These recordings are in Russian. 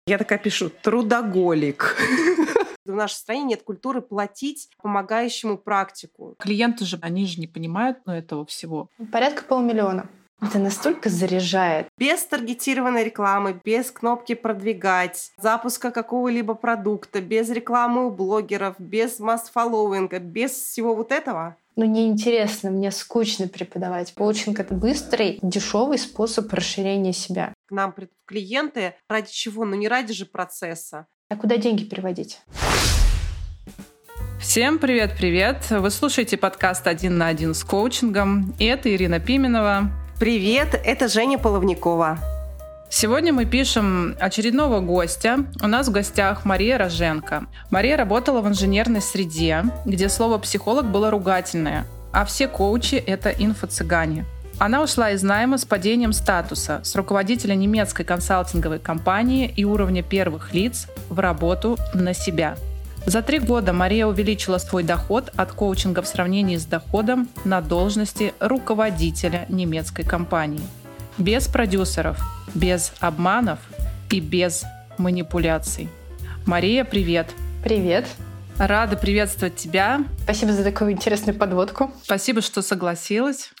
Я такая пишу: трудоголик. В нашей стране нет культуры платить помогающему практику. Клиенты же, они же не понимают этого всего. Порядка 500 000. Это настолько заряжает. Без таргетированной рекламы, без кнопки «Продвигать», запуска какого-либо продукта, без рекламы у блогеров, без масс-фоллоуинга, без всего вот этого. Неинтересно, мне скучно преподавать. Коучинг — это быстрый, дешевый способ расширения себя. К нам придут клиенты ради чего? Не ради же процесса. А куда деньги переводить? Всем привет-привет! Вы слушаете подкаст «1 на 1 с коучингом». И это Ирина Пименова. Привет, это Женя Половникова. Сегодня мы пишем очередного гостя. У нас в гостях Мария Роженко. Мария работала в инженерной среде, где слово «психолог» было ругательное, а все коучи — это инфо-цыгане. Она ушла из найма с падением статуса с руководителя немецкой консалтинговой компании и уровня первых лиц в работу на себя. За 3 года Мария увеличила свой доход от коучинга в сравнении с доходом на должности руководителя немецкой компании. Без продюсеров, без обманов и без манипуляций. Мария, привет! Привет! Рада приветствовать тебя. Спасибо за такую интересную подводку. Спасибо, что согласилась.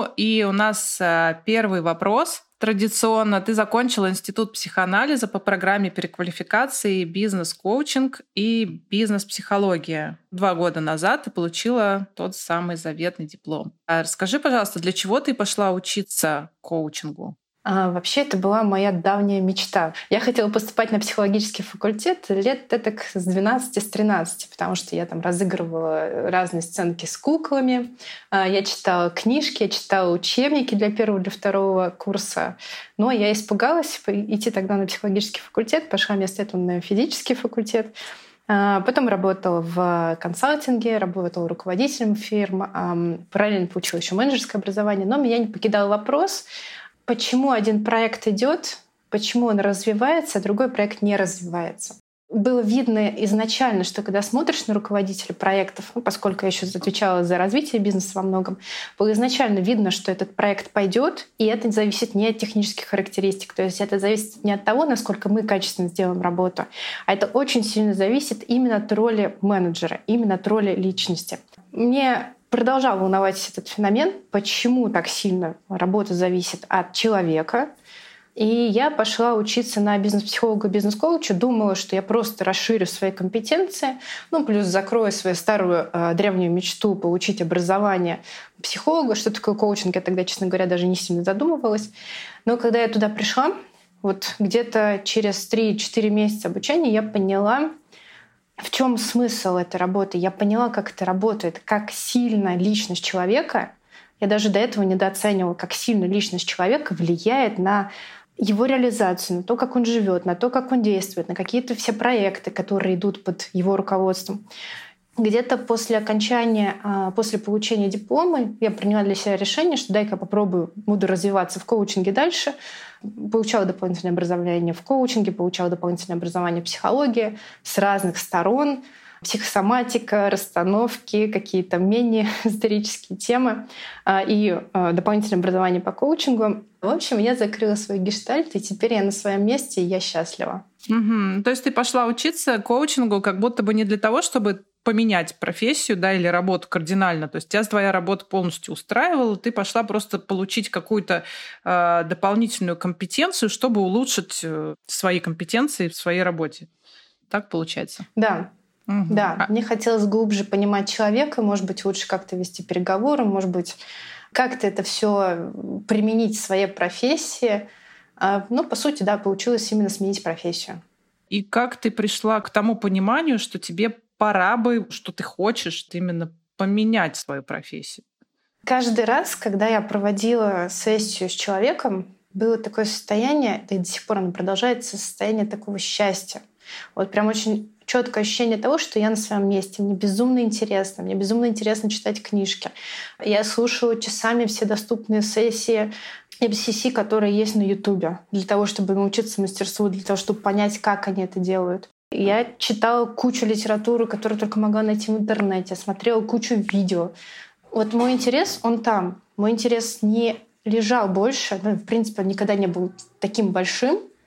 И у нас первый вопрос. Традиционно ты закончила Институт психоанализа по программе переквалификации бизнес-коучинг и бизнес-психология. 2 года назад ты получила тот самый заветный диплом. Расскажи, пожалуйста, для чего ты пошла учиться коучингу? Вообще, это была моя давняя мечта. Я хотела поступать на психологический факультет лет с 12-13, потому что я там разыгрывала разные сценки с куклами, я читала книжки, я читала учебники для 1-го, для 2-го курса. Но я испугалась идти тогда на психологический факультет, пошла вместо этого на физический факультет. Потом работала в консалтинге, работала руководителем фирм, параллельно получила еще менеджерское образование, но меня не покидал вопрос, почему один проект идет, почему он развивается, а другой проект не развивается. Было видно изначально, что когда смотришь на руководителя проектов, поскольку я еще отвечала за развитие бизнеса во многом, было изначально видно, что этот проект пойдет, и это зависит не от технических характеристик, то есть это зависит не от того, насколько мы качественно сделаем работу, а это очень сильно зависит именно от роли менеджера, именно от роли личности. Мне продолжал волновать этот феномен, почему так сильно работа зависит от человека. И я пошла учиться на бизнес-психолога, бизнес-коуча, думала, что я просто расширю свои компетенции, плюс закрою свою старую древнюю мечту получить образование психолога. Что такое коучинг, я тогда, честно говоря, даже не сильно задумывалась. Но когда я туда пришла, где-то через 3-4 месяца обучения я поняла, в чем смысл этой работы. Я поняла, как это работает, как сильно личность человека, я даже до этого недооценивала, как сильно личность человека влияет на его реализацию, на то, как он живет, на то, как он действует, на какие-то все проекты, которые идут под его руководством. Где-то после получения диплома я приняла для себя решение, что дай-ка попробую, буду развиваться в коучинге дальше. Получала дополнительное образование в коучинге, получала дополнительное образование в психологии с разных сторон. Психосоматика, расстановки, какие-то менее эзотерические темы и дополнительное образование по коучингу. В общем, я закрыла свой гештальт, и теперь я на своем месте, и я счастлива. То есть ты пошла учиться коучингу как будто бы не для того, чтобы поменять профессию, или работу кардинально. То есть тебя твоя работа полностью устраивала, ты пошла просто получить какую-то дополнительную компетенцию, чтобы улучшить свои компетенции в своей работе. Так получается? Да. Да, мне хотелось глубже понимать человека, может быть, лучше как-то вести переговоры, может быть, как-то это все применить в своей профессии. По сути, получилось именно сменить профессию. И как ты пришла к тому пониманию, что тебе пора бы, что ты хочешь именно поменять свою профессию? Каждый раз, когда я проводила сессию с человеком, было такое состояние, и до сих пор оно продолжается, состояние такого счастья. Прям очень четкое ощущение того, что я на своем месте. Мне безумно интересно читать книжки. Я слушала часами все доступные сессии MCC, которые есть на Ютубе, для того, чтобы научиться мастерству, для того, чтобы понять, как они это делают. Я читала кучу литературы, которую только могла найти в интернете, смотрела кучу видео. Мой интерес, он там. Мой интерес не лежал больше, в принципе, он никогда не был таким большим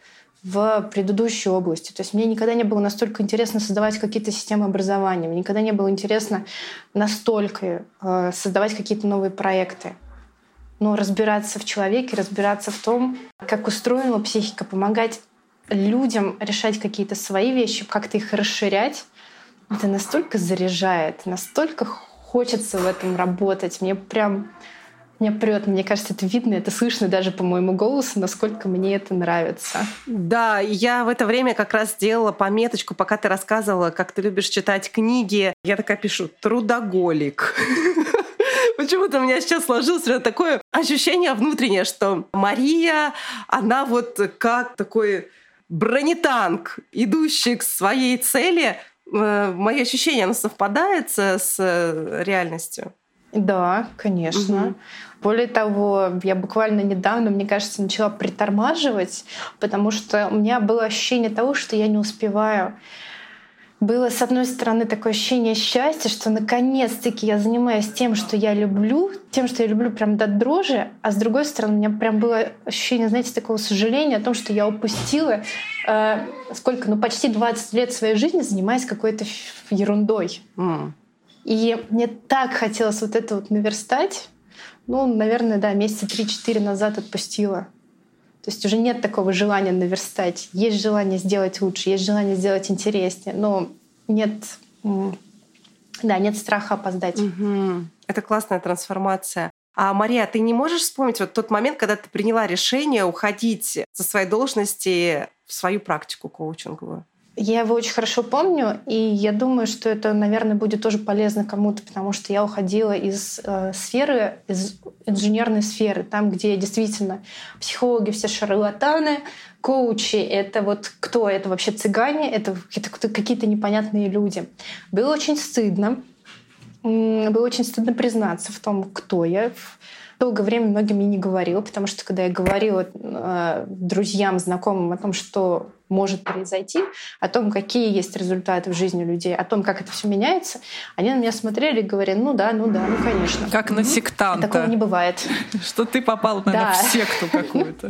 в предыдущей области. То есть мне никогда не было настолько интересно создавать какие-то системы образования, мне никогда не было интересно настолько создавать какие-то новые проекты. Но разбираться в человеке, разбираться в том, как устроена его психика, помогать людям решать какие-то свои вещи, как-то их расширять, это настолько заряжает, настолько хочется в этом работать. Меня прет, мне кажется, это видно, это слышно даже по моему голосу, насколько мне это нравится. Да, я в это время как раз делала пометочку, пока ты рассказывала, как ты любишь читать книги. Я такая пишу «трудоголик». Почему-то у меня сейчас сложилось такое ощущение внутреннее, что Мария, она вот как такой бронетанк, идущий к своей цели. Мое ощущение, оно совпадает с реальностью? Да, конечно. Угу. Более того, я буквально недавно, мне кажется, начала притормаживать, потому что у меня было ощущение того, что я не успеваю. Было, с одной стороны, такое ощущение счастья, что наконец-таки я занимаюсь тем, что я люблю прям до дрожи, а с другой стороны, у меня прям было ощущение, знаете, такого сожаления о том, что я упустила почти 20 лет своей жизни, занимаясь какой-то ерундой. И мне так хотелось вот это вот наверстать. Наверное, да, месяца 3-4 назад отпустила. То есть уже нет такого желания наверстать. Есть желание сделать лучше, есть желание сделать интереснее, но нет страха опоздать. Угу. Это классная трансформация. А, Мария, ты не можешь вспомнить вот тот момент, когда ты приняла решение уходить со своей должности в свою практику коучинговую? Я его очень хорошо помню, и я думаю, что это, наверное, будет тоже полезно кому-то, потому что я уходила из инженерной сферы, там, где действительно психологи все шарлатаны, коучи — это вот кто? Это вообще цыгане, это какие-то непонятные люди. Было очень стыдно признаться в том, кто я. Долгое время многим и не говорила, потому что когда я говорила друзьям, знакомым о том, что может произойти, о том, какие есть результаты в жизни людей, о том, как это все меняется, они на меня смотрели и говорили: ну да, конечно. Как на сектанта. Такого не бывает. Что ты попал, наверное, в секту какую-то.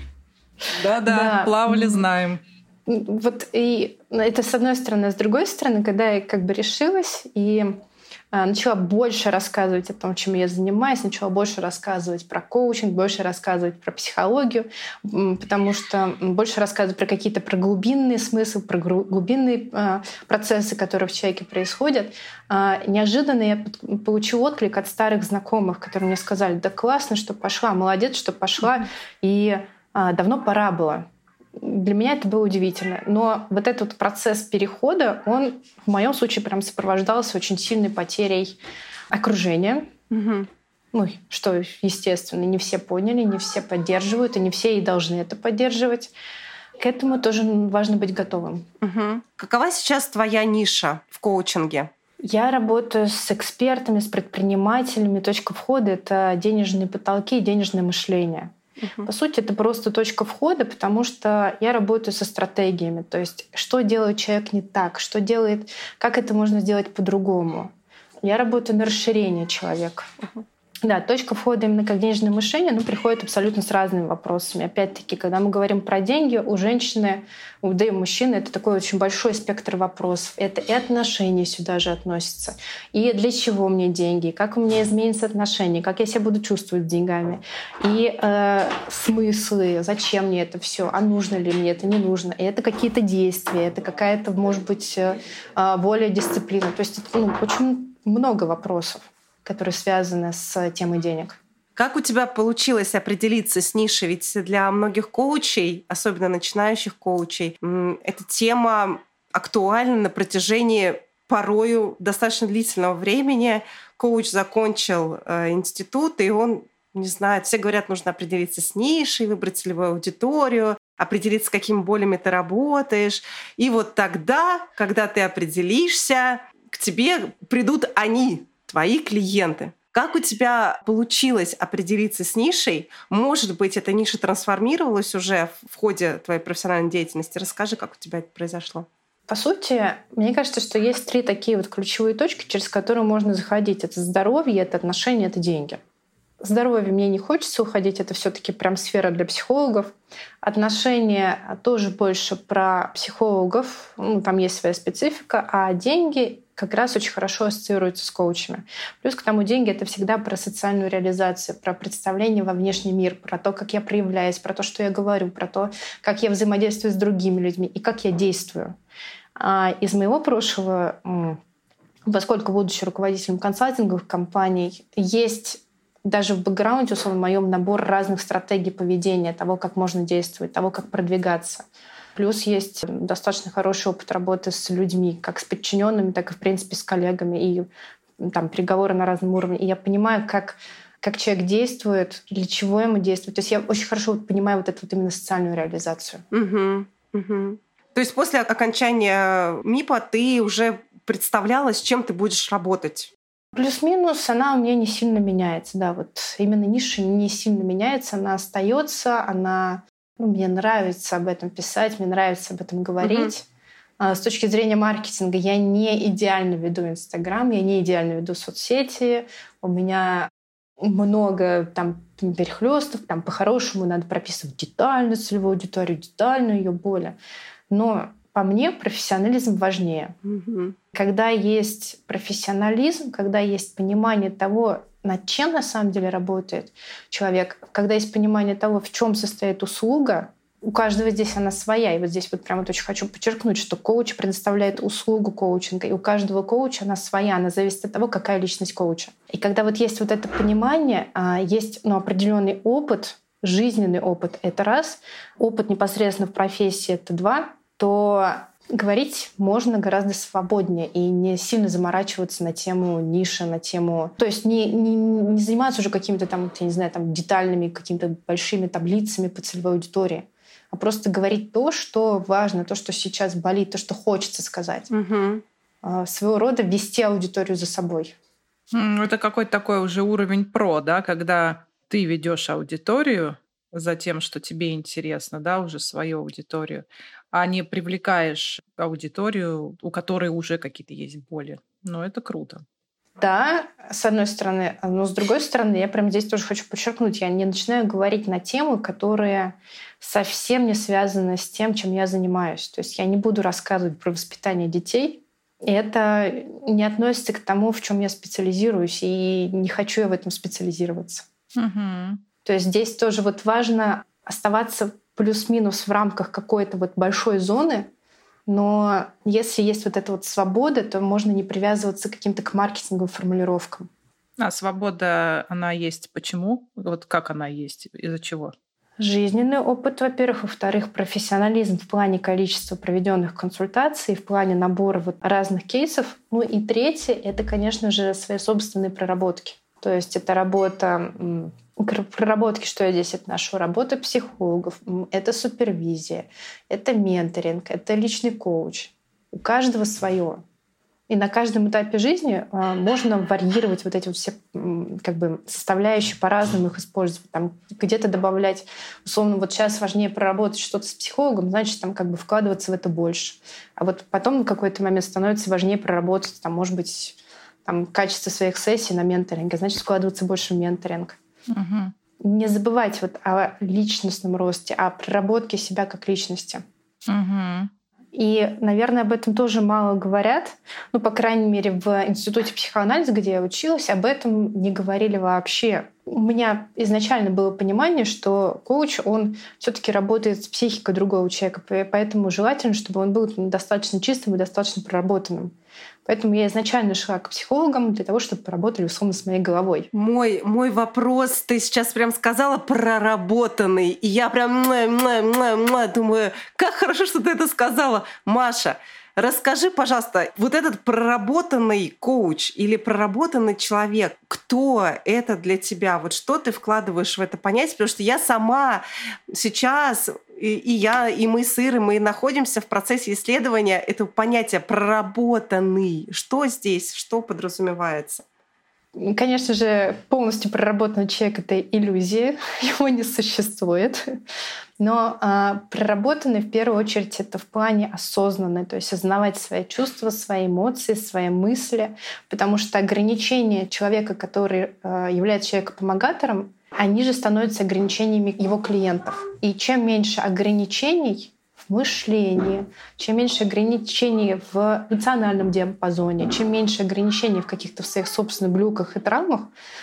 Да, плавали, знаем. Вот и это с одной стороны. А с другой стороны, когда я как бы решилась и начала больше рассказывать о том, чем я занимаюсь, начала больше рассказывать про коучинг, больше рассказывать про психологию, потому что больше рассказывать про глубинные смыслы, про глубинные процессы, которые в человеке происходят. Неожиданно я получила отклик от старых знакомых, которые мне сказали: да классно, что пошла, молодец, что пошла, и давно пора было. Для меня это было удивительно. Но вот этот процесс перехода, он в моем случае прям сопровождался очень сильной потерей окружения. Угу. Что, естественно, не все поняли, не все поддерживают, и не все и должны это поддерживать. К этому тоже важно быть готовым. Угу. Какова сейчас твоя ниша в коучинге? Я работаю с экспертами, с предпринимателями. Точка входа — это денежные потолки и денежное мышление. По сути, это просто точка входа, потому что я работаю со стратегиями. То есть, что делает человек не так, как это можно сделать по-другому. Я работаю на расширение человека. Да, точка входа именно как денежное мышление, приходит абсолютно с разными вопросами. Опять-таки, когда мы говорим про деньги, у женщины, да и у мужчины, это такой очень большой спектр вопросов. Это и отношения сюда же относятся. И для чего мне деньги, как у меня изменится отношения, как я себя буду чувствовать с деньгами. И смыслы, зачем мне это все, а нужно ли мне это, не нужно. И это какие-то действия, это какая-то, может быть, воля, дисциплина. То есть это очень много вопросов, которые связаны с темой денег. Как у тебя получилось определиться с нишей? Ведь для многих коучей, особенно начинающих коучей, эта тема актуальна на протяжении порою достаточно длительного времени. Коуч закончил институт, и он не знает. Все говорят, нужно определиться с нишей, выбрать целевую аудиторию, определиться, с какими болями ты работаешь. И вот тогда, когда ты определишься, к тебе придут они, твои клиенты. Как у тебя получилось определиться с нишей? Может быть, эта ниша трансформировалась уже в ходе твоей профессиональной деятельности? Расскажи, как у тебя это произошло. По сути, мне кажется, что есть 3 такие вот ключевые точки, через которые можно заходить. Это здоровье, это отношения, это деньги. здоровье мне не хочется уходить, это все-таки прям сфера для психологов. Отношения тоже больше про психологов, там есть своя специфика, а деньги как раз очень хорошо ассоциируются с коучами. Плюс к тому деньги — это всегда про социальную реализацию, про представление во внешний мир, про то, как я проявляюсь, про то, что я говорю, про то, как я взаимодействую с другими людьми и как я действую. А из моего прошлого, поскольку будучи руководителем консалтинговых компаний, есть даже в бэкграунде, условно, в моем набор разных стратегий поведения, того, как можно действовать, того, как продвигаться. Плюс есть достаточно хороший опыт работы с людьми, как с подчиненными, так и, в принципе, с коллегами, и там переговоры на разном уровне. И я понимаю, как человек действует, для чего ему действует. То есть я очень хорошо понимаю вот эту вот именно социальную реализацию. То есть после окончания МИПа ты уже представляла, с чем ты будешь работать? Плюс-минус она у меня не сильно меняется. Да, вот именно ниша не сильно меняется, она остается, мне нравится об этом писать, мне нравится об этом говорить. С точки зрения маркетинга я не идеально веду Инстаграм, я не идеально веду соцсети. У меня много там перехлёстов, там по-хорошему надо прописывать детально целевую аудиторию, детально ее боли. Но по мне профессионализм важнее. Когда есть профессионализм, когда есть понимание того, над чем на самом деле работает человек, когда есть понимание того, в чем состоит услуга, у каждого здесь она своя. И вот здесь вот прямо очень хочу подчеркнуть, что коуч предоставляет услугу коучинга, и у каждого коуча она своя, она зависит от того, какая личность коуча. И когда вот есть вот это понимание, есть определенный опыт, жизненный опыт — это раз, опыт непосредственно в профессии — это два, то говорить можно гораздо свободнее и не сильно заморачиваться на тему ниши, на тему... То есть не заниматься уже какими-то там, я не знаю, там детальными, какими-то большими таблицами по целевой аудитории, а просто говорить то, что важно, то, что сейчас болит, то, что хочется сказать. Своего рода вести аудиторию за собой. Это какой-то такой уже уровень про, да, когда ты ведешь аудиторию за тем, что тебе интересно, да, уже свою аудиторию, а не привлекаешь аудиторию, у которой уже какие-то есть боли. Но это круто. Да, с одной стороны. Но с другой стороны, я прямо здесь тоже хочу подчеркнуть, я не начинаю говорить на темы, которые совсем не связаны с тем, чем я занимаюсь. То есть я не буду рассказывать про воспитание детей. И это не относится к тому, в чем я специализируюсь, и не хочу я в этом специализироваться. То есть здесь тоже вот важно оставаться плюс-минус в рамках какой-то вот большой зоны, но если есть вот эта вот свобода, то можно не привязываться каким-то к маркетинговым формулировкам. А свобода, она есть почему? Вот как она есть? Из-за чего? Жизненный опыт, во-первых. Во-вторых, профессионализм в плане количества проведенных консультаций, в плане набора вот разных кейсов. Ну и третье — это, конечно же, свои собственные проработки. То есть это работа... Проработки, что я здесь отношу? Работа психологов, это супервизия, это менторинг, это личный коуч. У каждого свое. И на каждом этапе жизни можно варьировать вот эти вот все составляющие, по-разному их использовать. Там где-то добавлять, условно, вот сейчас важнее проработать что-то с психологом, значит, там вкладываться в это больше. А вот потом на какой-то момент становится важнее проработать, там, может быть, там, качество своих сессий на менторинге, значит, вкладываться больше в менторинг. Не забывать вот о личностном росте, о проработке себя как личности. И, наверное, об этом тоже мало говорят. Ну, по крайней мере, в Институте психоанализа, где я училась, об этом не говорили вообще. У меня изначально было понимание, что коуч, он все-таки работает с психикой другого человека, поэтому желательно, чтобы он был достаточно чистым и достаточно проработанным. Поэтому я изначально шла к психологам для того, чтобы поработали условно с моей головой. Мой вопрос, ты сейчас прям сказала проработанный, и я прям думаю, как хорошо, что ты это сказала. Маша, расскажи, пожалуйста, вот этот проработанный коуч или проработанный человек, кто это для тебя? Вот что ты вкладываешь в это понятие? Потому что я сама сейчас, и мы с Ирой, мы находимся в процессе исследования этого понятия проработанный. Что здесь, что подразумевается? Конечно же, полностью проработанный человек — это иллюзия, его не существует. Но проработанный в первую очередь это в плане осознанный, то есть осознавать свои чувства, свои эмоции, свои мысли, потому что ограничения человека, который является человеком-помогатором, они же становятся ограничениями его клиентов. И чем меньше ограничений в мышлении, чем меньше ограничений в эмоциональном диапазоне, чем меньше ограничений в каких-то своих собственных глюках и травмах,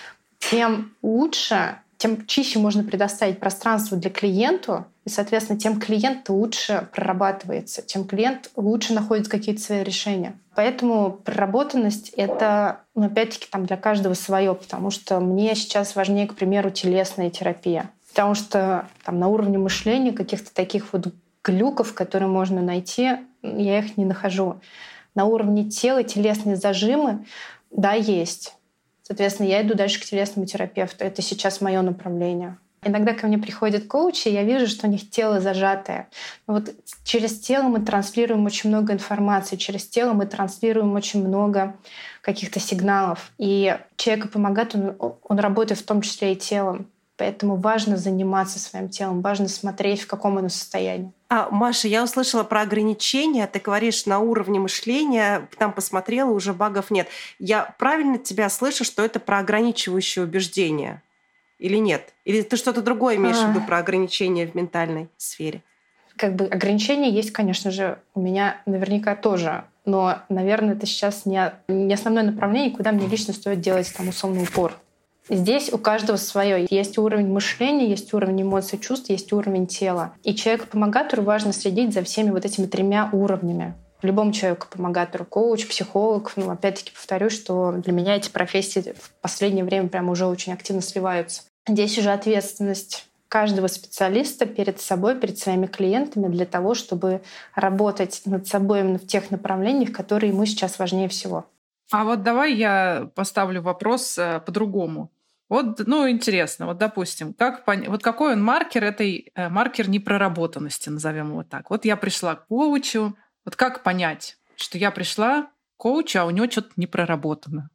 тем лучше, тем чище можно предоставить пространство для клиенту, и, соответственно, тем клиент лучше прорабатывается, тем клиент лучше находит какие-то свои решения. Поэтому проработанность — это, опять-таки, для каждого свое, потому что мне сейчас важнее, к примеру, телесная терапия. Потому что на уровне мышления каких-то таких вот глюков, которые можно найти, я их не нахожу. На уровне тела телесные зажимы, да, есть. Соответственно, я иду дальше к телесному терапевту. Это сейчас мое направление. Иногда ко мне приходят коучи, и я вижу, что у них тело зажатое. Но вот через тело мы транслируем очень много информации, через тело мы транслируем очень много каких-то сигналов. И человек помогает, он работает в том числе и телом. Поэтому важно заниматься своим телом, важно смотреть, в каком оно состоянии. Маша, я услышала про ограничения. Ты говоришь, на уровне мышления, там посмотрела, уже багов нет. Я правильно тебя слышу, что это про ограничивающие убеждения? Или нет? Или ты что-то другое имеешь в виду про ограничения в ментальной сфере? Ограничения есть, конечно же, у меня наверняка тоже. Но, наверное, это сейчас не основное направление, куда мне лично стоит делать условный упор. Здесь у каждого свое. Есть уровень мышления, есть уровень эмоций, чувств, есть уровень тела. И человеку-помогатору важно следить за всеми вот этими 3 уровнями. Любому человеку-помогатору, коуч, психолог. Опять-таки повторюсь, что для меня эти профессии в последнее время прямо уже очень активно сливаются. Здесь уже ответственность каждого специалиста перед собой, перед своими клиентами для того, чтобы работать над собой именно в тех направлениях, которые ему сейчас важнее всего. А вот давай я поставлю вопрос по-другому. Вот, интересно, допустим, какой он маркер маркер непроработанности, назовем его так. Вот я пришла к коучу, вот как понять, что я пришла к коучу, а у него что-то не проработано?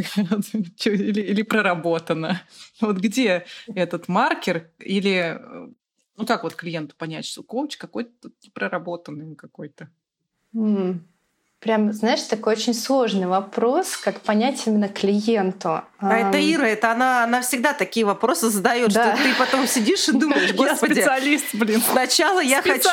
Или проработано? Вот где этот маркер? Или как вот клиенту понять, что коуч какой-то непроработанный какой-то? Прям, знаешь, такой очень сложный вопрос, как понять именно клиенту. Это Ира, это она всегда такие вопросы задает, что ты потом сидишь и думаешь, господи. Я специалист, блин. Сначала я хочу...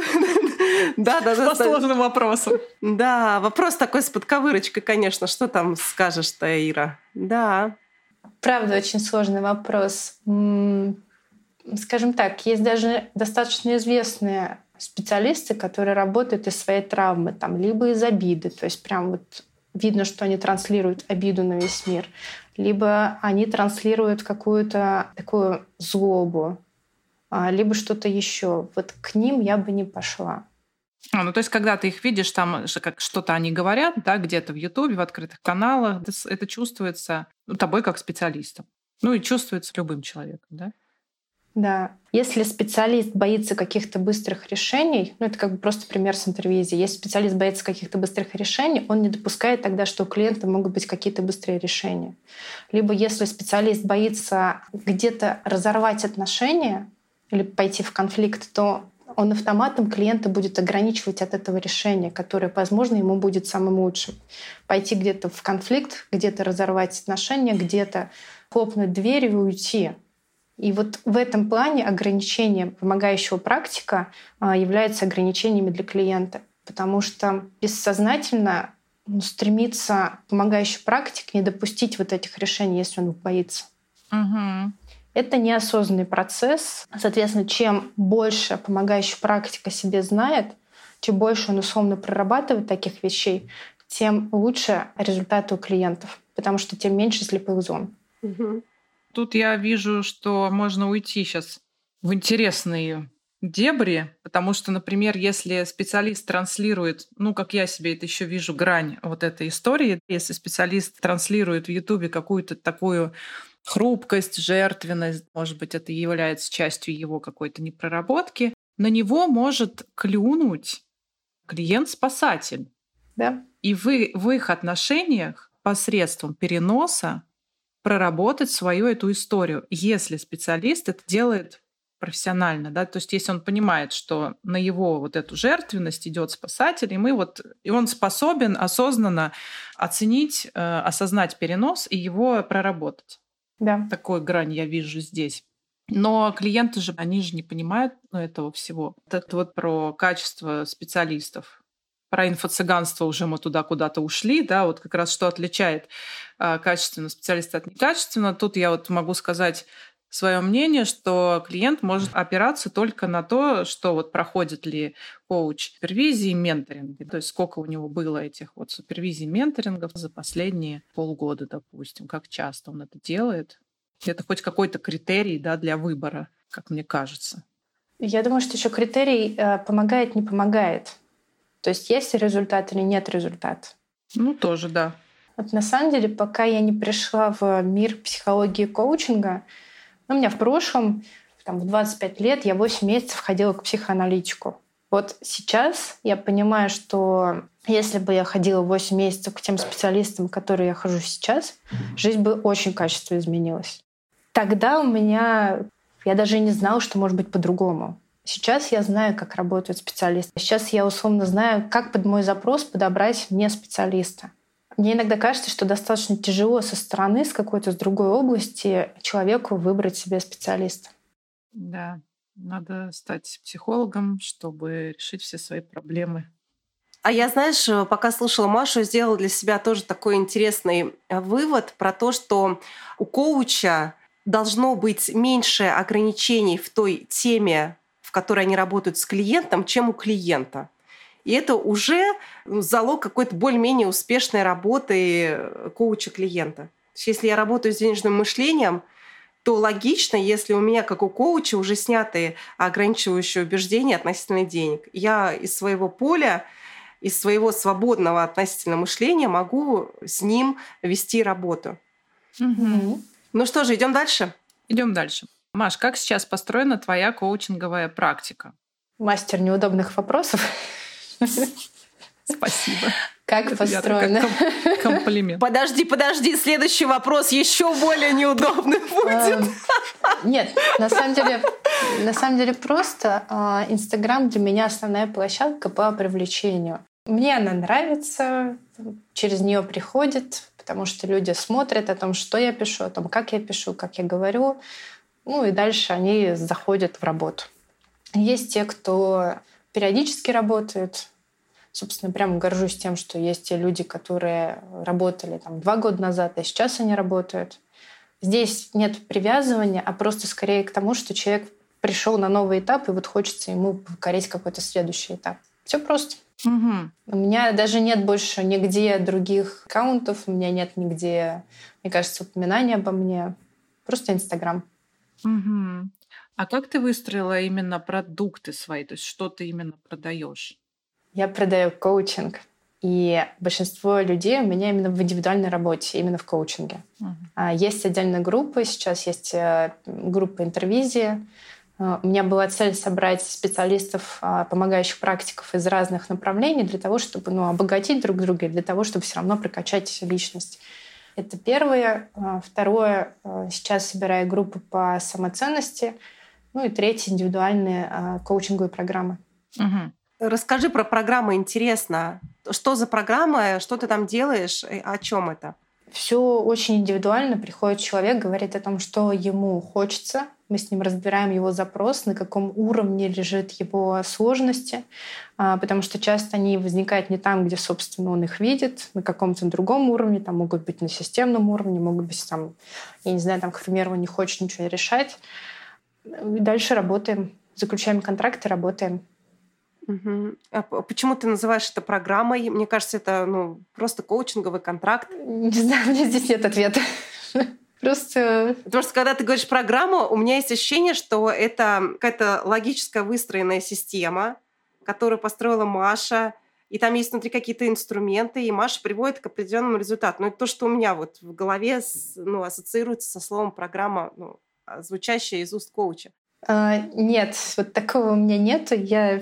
Да. По сложным вопросам. Да, вопрос такой с подковырочкой, конечно. Что там скажешь-то, Ира? Да. Правда, очень сложный вопрос. Скажем так, есть даже достаточно известные специалисты, которые работают из своей травмы, либо из обиды. То есть прям вот видно, что они транслируют обиду на весь мир. Либо они транслируют какую-то такую злобу, либо что-то еще. Вот к ним я бы не пошла. То есть, когда ты их видишь, там как что-то они говорят, да, где-то в Ютубе, в открытых каналах, это чувствуется тобой как специалистом. И чувствуется любым человеком, да? Да. Если специалист боится каких-то быстрых решений, это просто пример с интервизией. Если специалист боится каких-то быстрых решений, он не допускает тогда, что у клиента могут быть какие-то быстрые решения. Либо если специалист боится где-то разорвать отношения или пойти в конфликт, то он автоматом клиента будет ограничивать от этого решения, которое, возможно, ему будет самым лучшим. Пойти где-то в конфликт, где-то разорвать отношения, где-то хлопнуть дверью и уйти. И вот в этом плане ограничение помогающего практика является ограничениями для клиента, потому что бессознательно стремится помогающий практик не допустить вот этих решений, если он их боится. Угу. Это неосознанный процесс. Соответственно, чем больше помогающий практик о себе знает, чем больше он условно прорабатывает таких вещей, тем лучше результаты у клиентов, потому что тем меньше слепых зон. Угу. Тут я вижу, что можно уйти сейчас в интересные дебри, потому что, например, если специалист транслирует, как я себе это еще вижу, грань вот этой истории, если специалист транслирует в Ютубе какую-то такую хрупкость, жертвенность, может быть, это является частью его какой-то непроработки, на него может клюнуть клиент-спасатель. Да. И в их отношениях посредством переноса проработать свою эту историю, если специалист это делает профессионально, да, то есть если он понимает, что на его вот эту жертвенность идет спасатель, и он способен осознанно оценить, осознать перенос и его проработать. Да. Такую грань я вижу здесь. Но клиенты же, они же не понимают этого всего. Это вот про качество специалистов. Про инфо-цыганство уже мы туда куда-то ушли, да, вот как раз что отличает качественного специалиста от некачественного. Тут я вот могу сказать свое мнение, что клиент может опираться только на то, что вот проходит ли коуч супервизии и менторинги, то есть сколько у него было этих вот супервизий и менторингов за последние полгода, допустим, как часто он это делает. Это хоть какой-то критерий, да, для выбора, как мне кажется. Я думаю, что еще критерий помогает, не помогает. То есть есть результат или нет результата. Ну, тоже, да. Вот на самом деле, пока я не пришла в мир психологии и коучинга, у меня в прошлом, в 25 лет, я 8 месяцев ходила к психоаналитику. Вот сейчас я понимаю, что если бы я ходила 8 месяцев к тем специалистам, к которым я хожу сейчас, жизнь бы очень качественно изменилась. Тогда я даже не знала, что может быть по-другому. Сейчас я знаю, как работают специалисты. Сейчас я условно знаю, как под мой запрос подобрать мне специалиста. Мне иногда кажется, что достаточно тяжело со стороны, с другой области человеку выбрать себе специалиста. Да, надо стать психологом, чтобы решить все свои проблемы. А я, знаешь, пока слушала Машу, сделала для себя тоже такой интересный вывод про то, что у коуча должно быть меньше ограничений в той теме, в которой они работают с клиентом, чем у клиента. И это уже залог какой-то более-менее успешной работы коуча-клиента. То есть если я работаю с денежным мышлением, то логично, если у меня, как у коуча, уже сняты ограничивающие убеждения относительно денег. Я из своего поля, из своего свободного относительно мышления могу с ним вести работу. Угу. Ну что же, идем дальше? Идем дальше. Маш, как сейчас построена твоя коучинговая практика? Мастер неудобных вопросов. Спасибо. Как построено? Комплимент. Подожди, следующий вопрос еще более неудобный будет. Нет, на самом деле просто Инстаграм для меня основная площадка по привлечению. Мне она нравится, через нее приходит, потому что люди смотрят о том, что я пишу, о том, как я говорю, и дальше они заходят в работу. Есть те, кто периодически работают. Собственно, прямо горжусь тем, что есть те люди, которые работали 2 года назад, а сейчас они работают. Здесь нет привязывания, а просто скорее к тому, что человек пришел на новый этап, и вот хочется ему покорить какой-то следующий этап. Все просто. Угу. У меня даже нет больше нигде других аккаунтов, у меня нет нигде, мне кажется, упоминания обо мне. Просто Инстаграм. Угу. А как ты выстроила именно продукты свои? То есть что ты именно продаешь? Я продаю коучинг, и большинство людей у меня именно в индивидуальной работе, именно в коучинге. Есть отдельные группы, сейчас есть группа интервизии. У меня была цель собрать специалистов, помогающих практиков из разных направлений для того, чтобы обогатить друг друга, и для того, чтобы все равно прокачать личность. Это первое. Второе, сейчас собираю группы по самоценности. И третье, индивидуальные коучинговые программы. Угу. Расскажи про программу, интересно. Что за программа, что ты там делаешь, о чем это? Все очень индивидуально. Приходит человек, говорит о том, что ему хочется. Мы с ним разбираем его запрос, на каком уровне лежит его сложности, потому что часто они возникают не там, где, собственно, он их видит, на каком-то другом уровне, там могут быть на системном уровне, могут быть к примеру, он не хочет ничего решать. И дальше работаем, заключаем контракты, работаем. Угу. А почему ты называешь это программой? Мне кажется, это просто коучинговый контракт. Не знаю, у меня здесь нет ответа. Просто... Потому что когда ты говоришь программу, у меня есть ощущение, что это какая-то логическая выстроенная система, которую построила Маша, и там есть внутри какие-то инструменты, и Маша приводит к определенному результату. Но это то, что у меня вот в голове ассоциируется со словом программа, звучащая из уст коуча. Нет, вот такого у меня нету. Я